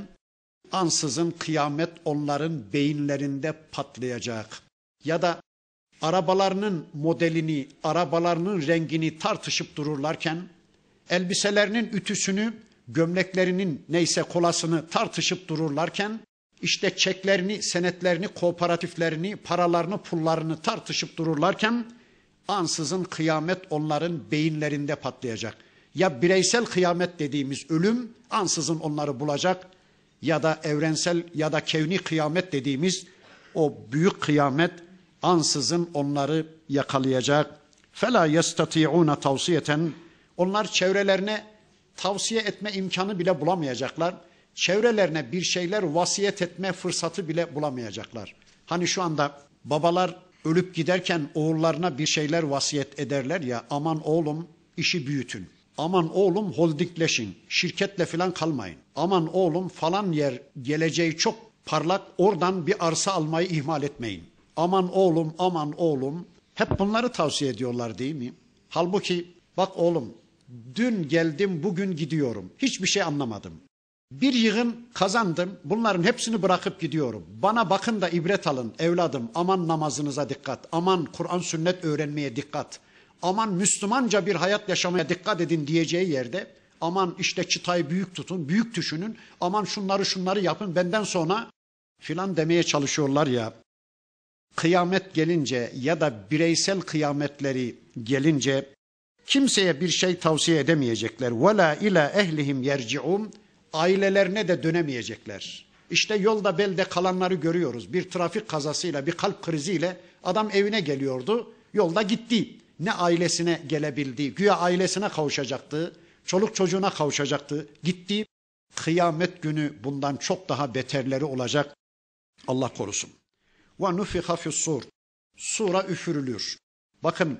S1: ansızın kıyamet onların beyinlerinde patlayacak. Ya da arabalarının modelini, arabalarının rengini tartışıp dururlarken, elbiselerinin ütüsünü, gömleklerinin neyse kolasını tartışıp dururlarken, işte çeklerini, senetlerini, kooperatiflerini, paralarını, pullarını tartışıp dururlarken ansızın kıyamet onların beyinlerinde patlayacak. Ya bireysel kıyamet dediğimiz ölüm ansızın onları bulacak, ya da evrensel ya da kevni kıyamet dediğimiz o büyük kıyamet ansızın onları yakalayacak. فَلَا يَسْتَطِيعُونَ tavsiyeten, onlar çevrelerine tavsiye etme imkanı bile bulamayacaklar. Çevrelerine bir şeyler vasiyet etme fırsatı bile bulamayacaklar. Hani şu anda babalar ölüp giderken oğullarına bir şeyler vasiyet ederler ya, aman oğlum işi büyütün. Aman oğlum holdingleşin, şirketle falan kalmayın. Aman oğlum falan yer geleceği çok parlak, oradan bir arsa almayı ihmal etmeyin. Aman oğlum, aman oğlum, hep bunları tavsiye ediyorlar değil mi? Halbuki bak oğlum, dün geldim, bugün gidiyorum, hiçbir şey anlamadım. Bir yığın kazandım, bunların hepsini bırakıp gidiyorum. Bana bakın da ibret alın evladım, aman namazınıza dikkat, aman Kur'an sünnet öğrenmeye dikkat, aman Müslümanca bir hayat yaşamaya dikkat edin diyeceği yerde, aman işte çıtayı büyük tutun, büyük düşünün, aman şunları şunları yapın benden sonra filan demeye çalışıyorlar ya. Kıyamet gelince ya da bireysel kıyametleri gelince kimseye bir şey tavsiye edemeyecekler. وَلَا اِلَى اَهْلِهِمْ يَرْجِعُونَ, ailelerine de dönemeyecekler. İşte yolda belde kalanları görüyoruz. Bir trafik kazasıyla, bir kalp kriziyle adam evine geliyordu, yolda gitti. Ne ailesine gelebildi, güya ailesine kavuşacaktı, çoluk çocuğuna kavuşacaktı, gitti. Kıyamet günü bundan çok daha beterleri olacak. Allah korusun. وَنُفِخَ فِي الصُّورِ, sura üfürülür. Bakın,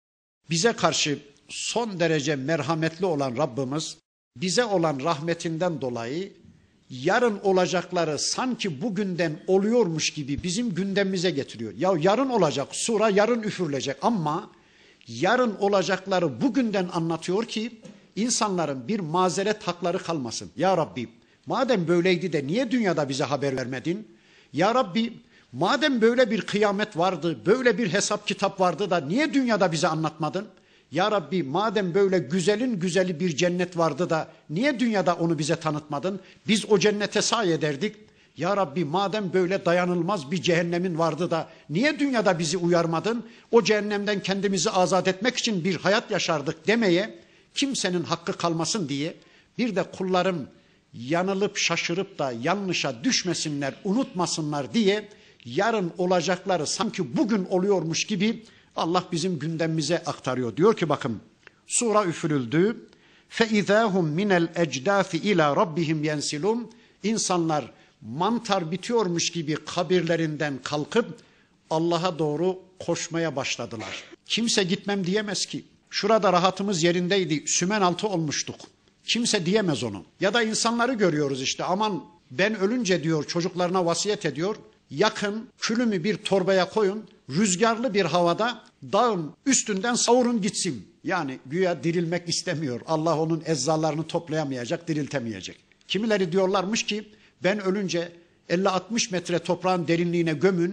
S1: bize karşı son derece merhametli olan Rabbimiz, bize olan rahmetinden dolayı yarın olacakları sanki bugünden oluyormuş gibi bizim gündemimize getiriyor. Ya yarın olacak, sura yarın üfürülecek ama yarın olacakları bugünden anlatıyor ki insanların bir mazeret hakları kalmasın. Ya Rabbi, madem böyleydi de niye dünyada bize haber vermedin? Ya Rabbi, madem böyle bir kıyamet vardı, böyle bir hesap kitap vardı da niye dünyada bize anlatmadın? Ya Rabbi, madem böyle güzelin güzeli bir cennet vardı da niye dünyada onu bize tanıtmadın? Biz o cennete sahi ederdik. Ya Rabbi, madem böyle dayanılmaz bir cehennemin vardı da niye dünyada bizi uyarmadın? O cehennemden kendimizi azat etmek için bir hayat yaşardık demeye kimsenin hakkı kalmasın diye, bir de kullarım yanılıp şaşırıp da yanlışa düşmesinler, unutmasınlar diye yarın olacakları sanki bugün oluyormuş gibi Allah bizim gündemimize aktarıyor. Diyor ki bakın, sura üfürüldü. فَاِذَا هُمْ مِنَ الْاَجْدَاثِ اِلَى رَبِّهِمْ يَنْسِلُونَ, İnsanlar mantar bitiyormuş gibi kabirlerinden kalkıp Allah'a doğru koşmaya başladılar. Kimse gitmem diyemez ki. Şurada rahatımız yerindeydi, sümen altı olmuştuk. Kimse diyemez onu. Ya da insanları görüyoruz işte, aman ben ölünce diyor çocuklarına vasiyet ediyor. Yakın külümü bir torbaya koyun, rüzgarlı bir havada dağın üstünden savurun gitsin. Yani güya dirilmek istemiyor. Allah onun eczalarını toplayamayacak, diriltemeyecek. Kimileri diyorlarmış ki ben ölünce elli altmış metre toprağın derinliğine gömün,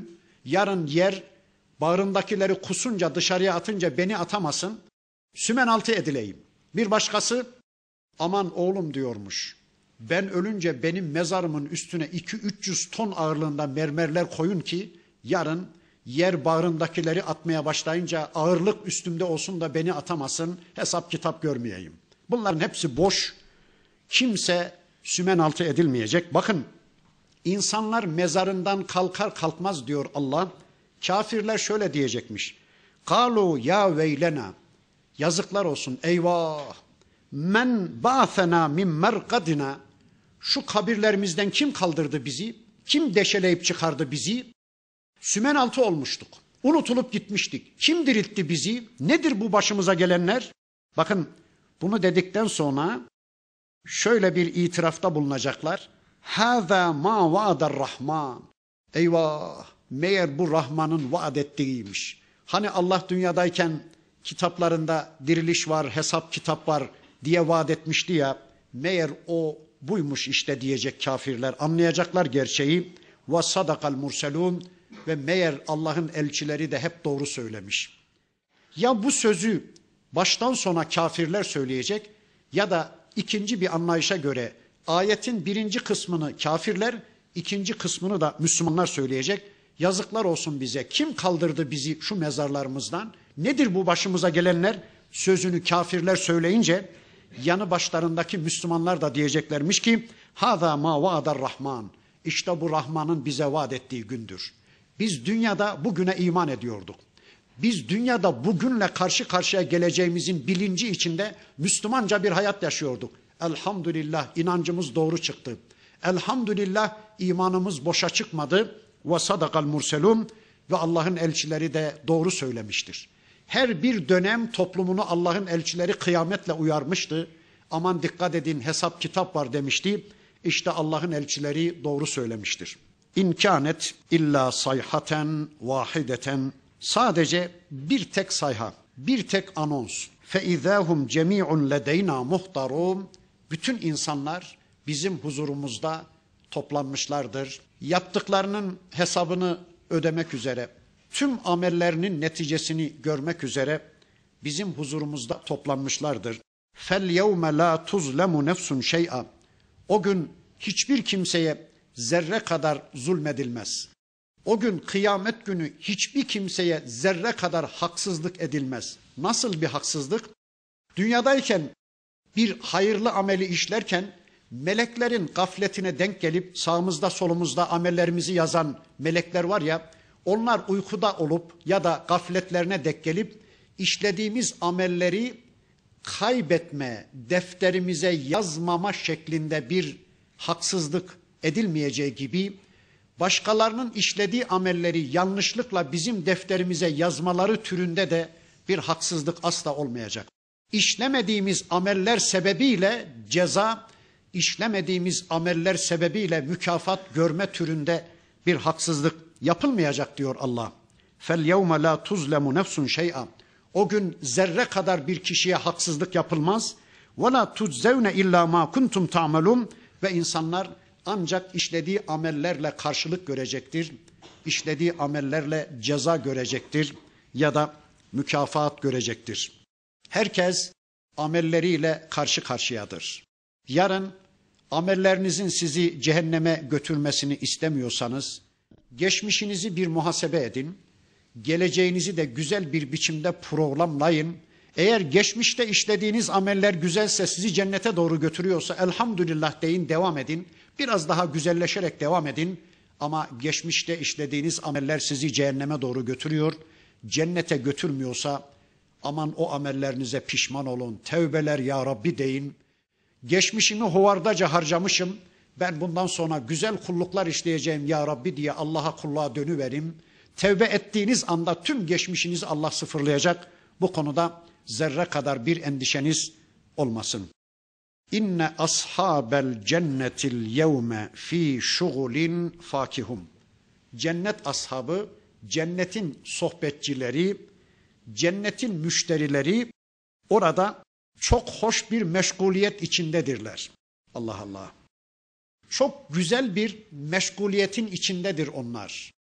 S1: Yarın yer bağrındakileri kusunca, dışarıya atınca beni atamasın, sümen altı edileyim. Bir başkası, aman oğlum diyormuş, ben ölünce benim mezarımın üstüne iki üç yüz ton ağırlığında mermerler koyun ki yarın yer bağrındakileri atmaya başlayınca ağırlık üstümde olsun da beni atamasın, hesap kitap görmeyeyim. Bunların hepsi boş. Kimse sümen altı edilmeyecek. Bakın, insanlar mezarından kalkar kalkmaz diyor Allah. Kafirler şöyle diyecekmiş. Kalu ya veylena. Yazıklar olsun, eyvah. Men ba'thena min merkadina. Şu kabirlerimizden kim kaldırdı bizi? Kim deşeleyip çıkardı bizi? Sümen altı olmuştuk. Unutulup gitmiştik. Kim diriltti bizi? Nedir bu başımıza gelenler? Bakın, bunu dedikten sonra şöyle bir itirafta bulunacaklar. Hâzâ mâ vaadar rahman. Eyvah! Meğer bu Rahman'ın vaad ettiğiymiş. Hani Allah dünyadayken kitaplarında diriliş var, hesap kitap var diye vaat etmişti ya. Meğer o buymuş işte diyecek kafirler. Anlayacaklar gerçeği. Ve sadakal murselun. Ve meğer Allah'ın elçileri de hep doğru söylemiş. Ya bu sözü baştan sona kafirler söyleyecek ya da ikinci bir anlayışa göre ayetin birinci kısmını kafirler, ikinci kısmını da Müslümanlar söyleyecek. Yazıklar olsun bize. Kim kaldırdı bizi şu mezarlarımızdan? Nedir bu başımıza gelenler? Sözünü kafirler söyleyince yanı başlarındaki Müslümanlar da diyeceklermiş ki hâzâ mâ vaadar rahman. İşte bu Rahman'ın bize vaat ettiği gündür. Biz dünyada bugüne iman ediyorduk. Biz dünyada bugünle karşı karşıya geleceğimizin bilinci içinde Müslümanca bir hayat yaşıyorduk. Elhamdülillah inancımız doğru çıktı. Elhamdülillah imanımız boşa çıkmadı. Ve sadakal murselun ve Allah'ın elçileri de doğru söylemiştir. Her bir dönem toplumunu Allah'ın elçileri kıyametle uyarmıştı. Aman dikkat edin, hesap kitap var demişti. İşte Allah'ın elçileri doğru söylemiştir. İnkânet illa sayhaten vahideten. Sadece bir tek sayha, bir tek anons. Fe izâhum cemî'un ledeyna muhtarûn. Bütün insanlar bizim huzurumuzda toplanmışlardır. Yaptıklarının hesabını ödemek üzere, tüm amellerinin neticesini görmek üzere bizim huzurumuzda toplanmışlardır. Fel yevme la tuzlemu nefsun şey'a. O gün hiçbir kimseye zerre kadar zulmedilmez. O gün kıyamet günü hiçbir kimseye zerre kadar haksızlık edilmez. Nasıl bir haksızlık? Dünyadayken bir hayırlı ameli işlerken meleklerin gafletine denk gelip sağımızda solumuzda amellerimizi yazan melekler var ya, onlar uykuda olup ya da gafletlerine denk gelip işlediğimiz amelleri kaybetme, defterimize yazmama şeklinde bir haksızlık edilmeyeceği gibi başkalarının işlediği amelleri yanlışlıkla bizim defterimize yazmaları türünde de bir haksızlık asla olmayacak. İşlemediğimiz ameller sebebiyle ceza, işlemediğimiz ameller sebebiyle mükafat görme türünde bir haksızlık yapılmayacak diyor Allah. Fel yevme la tuzlemu nefsun şey'a. O gün zerre kadar bir kişiye haksızlık yapılmaz. Ve la tuczevne illa ma kuntum ta'melun. Ve insanlar ancak işlediği amellerle karşılık görecektir. İşlediği amellerle ceza görecektir ya da mükafat görecektir. Herkes amelleriyle karşı karşıyadır. Yarın amellerinizin sizi cehenneme götürmesini istemiyorsanız, geçmişinizi bir muhasebe edin, geleceğinizi de güzel bir biçimde programlayın. Eğer geçmişte işlediğiniz ameller güzelse, sizi cennete doğru götürüyorsa elhamdülillah deyin, devam edin. Biraz daha güzelleşerek devam edin. Ama geçmişte işlediğiniz ameller sizi cehenneme doğru götürüyor, cennete götürmüyorsa aman o amellerinize pişman olun, tevbeler ya Rabbi deyin. Geçmişimi hovardaca harcamışım, ben bundan sonra güzel kulluklar işleyeceğim ya Rabbi diye Allah'a kulluğa dönüverim. Tevbe ettiğiniz anda tüm geçmişinizi Allah sıfırlayacak. Bu konuda zerre kadar bir endişeniz olmasın. İnne ashabel cennetil yevme fi şugulin fakihum. Cennet ashabı, cennetin sohbetçileri, cennetin müşterileri orada çok hoş bir meşguliyet içindedirler. Allah Allah. Çok güzel bir meşguliyetin içindedir onlar.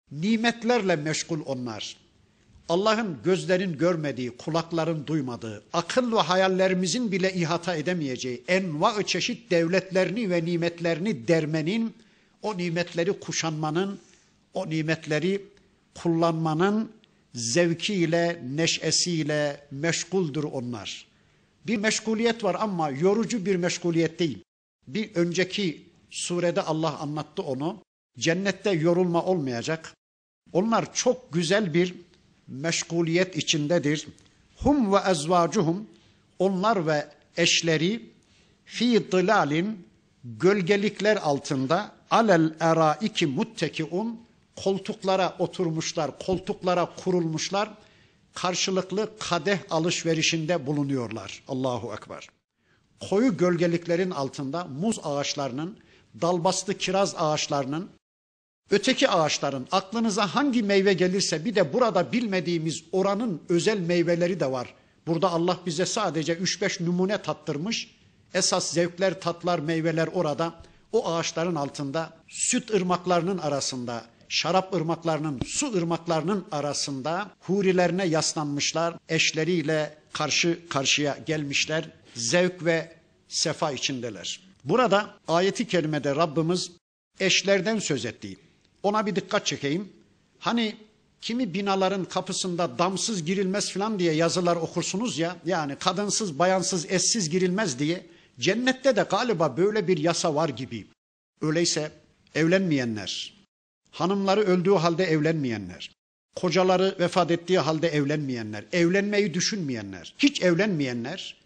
S1: Nimetlerle meşgul onlar. Allah'ın gözlerin görmediği, kulakların duymadığı, akıl ve hayallerimizin bile ihata edemeyeceği enva-ı çeşit devletlerini ve nimetlerini dermenin, o nimetleri kuşanmanın, o nimetleri kullanmanın zevkiyle, neşesiyle meşguldür onlar. Bir meşguliyet var ama yorucu bir meşguliyet değil. Bir önceki surede Allah anlattı onu. Cennette yorulma olmayacak. Onlar çok güzel bir meşguliyet içindedir. Hum ve ezvacuhum, onlar ve eşleri fi dılalin, gölgelikler altında, alel eraiki muttekiun, koltuklara oturmuşlar, koltuklara kurulmuşlar, karşılıklı kadeh alışverişinde bulunuyorlar. Allahu Ekber. Koyu gölgeliklerin altında muz ağaçlarının, dalbastı kiraz ağaçlarının, öteki ağaçların, aklınıza hangi meyve gelirse, bir de burada bilmediğimiz oranın özel meyveleri de var. Burada Allah bize sadece üç beş numune tattırmış. Esas zevkler, tatlar, meyveler orada. O ağaçların altında, süt ırmaklarının arasında, şarap ırmaklarının, su ırmaklarının arasında hurilerine yaslanmışlar. Eşleriyle karşı karşıya gelmişler. Zevk ve sefa içindeler. Burada ayeti kerimede Rabbimiz eşlerden söz ettiği. Ona bir dikkat çekeyim. Hani kimi binaların kapısında damsız girilmez falan diye yazılar okursunuz ya. Yani kadınsız, bayansız, eşsiz girilmez diye. Cennette de galiba böyle bir yasa var gibi. Öyleyse evlenmeyenler, hanımları öldüğü halde evlenmeyenler, kocaları vefat ettiği halde evlenmeyenler, evlenmeyi düşünmeyenler, hiç evlenmeyenler,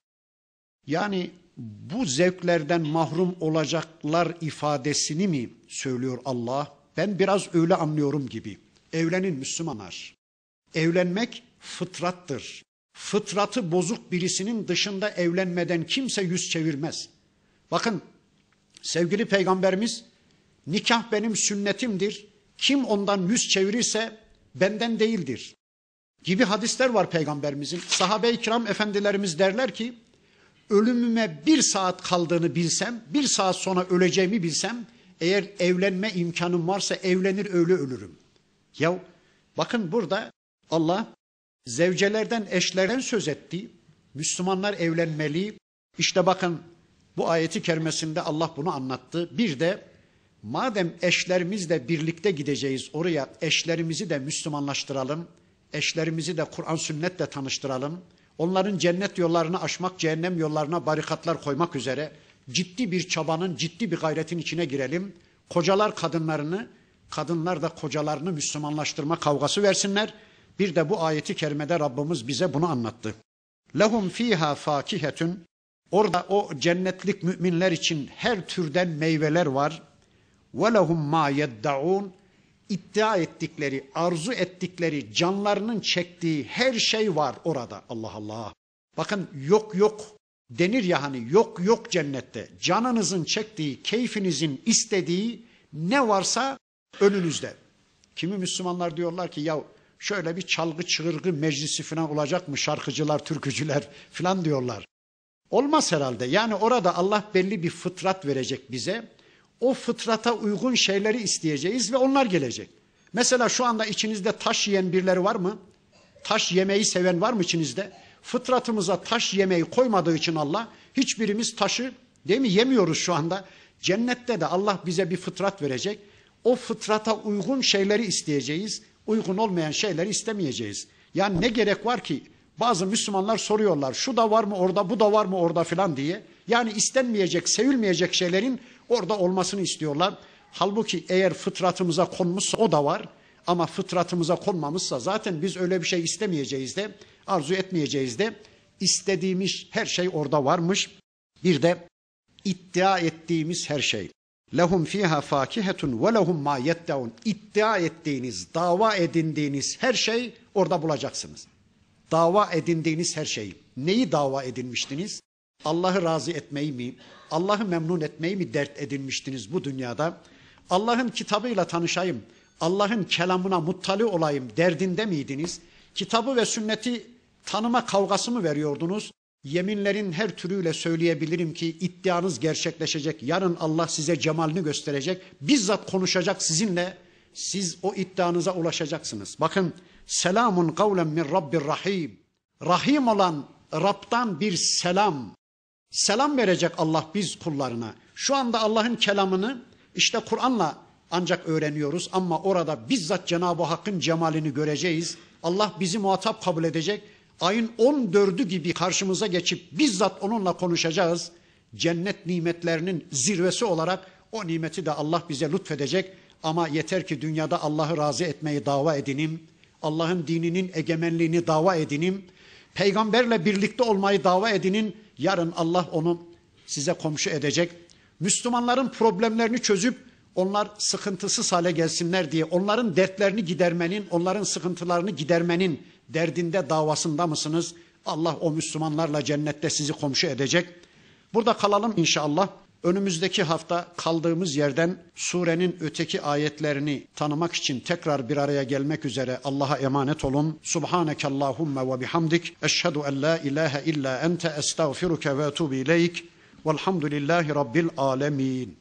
S1: yani bu zevklerden mahrum olacaklar ifadesini mi söylüyor Allah? Ben biraz öyle anlıyorum gibi. Evlenin Müslümanlar. Evlenmek fıtrattır. Fıtratı bozuk birisinin dışında evlenmeden kimse yüz çevirmez. Bakın sevgili Peygamberimiz, nikah benim sünnetimdir. Kim ondan yüz çevirirse benden değildir gibi hadisler var Peygamberimizin. Sahabe-i kiram efendilerimiz derler ki, ölümüme bir saat kaldığını bilsem, bir saat sonra öleceğimi bilsem, eğer evlenme imkanım varsa evlenir öyle ölürüm. Ya bakın burada Allah zevcelerden, eşlerden söz etti. Müslümanlar evlenmeli. İşte bakın bu ayeti kerimesinde Allah bunu anlattı. Bir de madem eşlerimizle birlikte gideceğiz oraya, eşlerimizi de Müslümanlaştıralım. Eşlerimizi de Kur'an sünnetle tanıştıralım. Onların cennet yollarını aşmak, cehennem yollarına barikatlar koymak üzere ciddi bir çabanın, ciddi bir gayretin içine girelim. Kocalar kadınlarını, kadınlar da kocalarını Müslümanlaştırma kavgası versinler. Bir de bu ayeti kerimede Rabbimiz bize bunu anlattı. Lehum fiha fakihetun. Orada o cennetlik müminler için her türden meyveler var. Ve lehum ma yeddaun. İddia ettikleri, arzu ettikleri, canlarının çektiği her şey var orada. Allah Allah. Bakın yok yok denir ya hani, yok yok cennette. Canınızın çektiği, keyfinizin istediği ne varsa önünüzde. Kimi Müslümanlar diyorlar ki ya şöyle bir çalgı çığırgı meclisi falan olacak mı? Şarkıcılar, türkücüler falan diyorlar. Olmaz herhalde. Yani orada Allah belli bir fıtrat verecek bize. O fıtrata uygun şeyleri isteyeceğiz ve onlar gelecek. Mesela şu anda içinizde taş yiyen birileri var mı? Taş yemeyi seven var mı içinizde? Fıtratımıza taş yemeyi koymadığı için Allah, hiçbirimiz taşı değil mi yemiyoruz şu anda. Cennette de Allah bize bir fıtrat verecek. O fıtrata uygun şeyleri isteyeceğiz. Uygun olmayan şeyleri istemeyeceğiz. Yani ne gerek var ki? Bazı Müslümanlar soruyorlar, şu da var mı orada, bu da var mı orada filan diye. Yani istenmeyecek, sevilmeyecek şeylerin orada olmasını istiyorlar. Halbuki eğer fıtratımıza konmuşsa o da var. Ama fıtratımıza konmamışsa zaten biz öyle bir şey istemeyeceğiz de, arzu etmeyeceğiz de, istediğimiz her şey orada varmış. Bir de iddia ettiğimiz her şey. Lehum fiha fakihetun ve lehum ma yeddaun. İddia ettiğiniz, dava edindiğiniz her şey orada bulacaksınız. Dava edindiğiniz her şey. Neyi dava edinmiştiniz? Allah'ı razı etmeyi mi? Allah'ı memnun etmeyi mi dert edinmiştiniz bu dünyada? Allah'ın kitabıyla tanışayım, Allah'ın kelamına muttali olayım derdinde miydiniz? Kitabı ve sünneti tanıma kavgası mı veriyordunuz? Yeminlerin her türüyle söyleyebilirim ki iddianız gerçekleşecek. Yarın Allah size cemalini gösterecek. Bizzat konuşacak sizinle. siz o iddianıza ulaşacaksınız. Bakın, selamun kavlen min Rabbir Rahim. Rahim olan Rab'dan bir selam. Selam verecek Allah biz kullarına. Şu anda Allah'ın kelamını işte Kur'an'la ancak öğreniyoruz ama orada bizzat Cenab-ı Hakk'ın cemalini göreceğiz. Allah bizi muhatap kabul edecek. Ayın on dördü gibi karşımıza geçip bizzat onunla konuşacağız. Cennet nimetlerinin zirvesi olarak o nimeti de Allah bize lütfedecek. Ama yeter ki dünyada Allah'ı razı etmeyi dava edinim. Allah'ın dininin egemenliğini dava edinim. Peygamberle birlikte olmayı dava edinin. Yarın Allah onu size komşu edecek. Müslümanların problemlerini çözüp onlar sıkıntısız hale gelsinler diye onların dertlerini gidermenin, onların sıkıntılarını gidermenin derdinde, davasında mısınız? Allah o Müslümanlarla cennette sizi komşu edecek. Burada kalalım inşallah. Önümüzdeki hafta kaldığımız yerden surenin öteki ayetlerini tanımak için tekrar bir araya gelmek üzere Allah'a emanet olun. Subhaneke Allahumma ve bihamdik. Eşhedü en la ilahe illa ente estağfiruke ve etubu ileyk. Velhamdülillahi Rabbil alemin.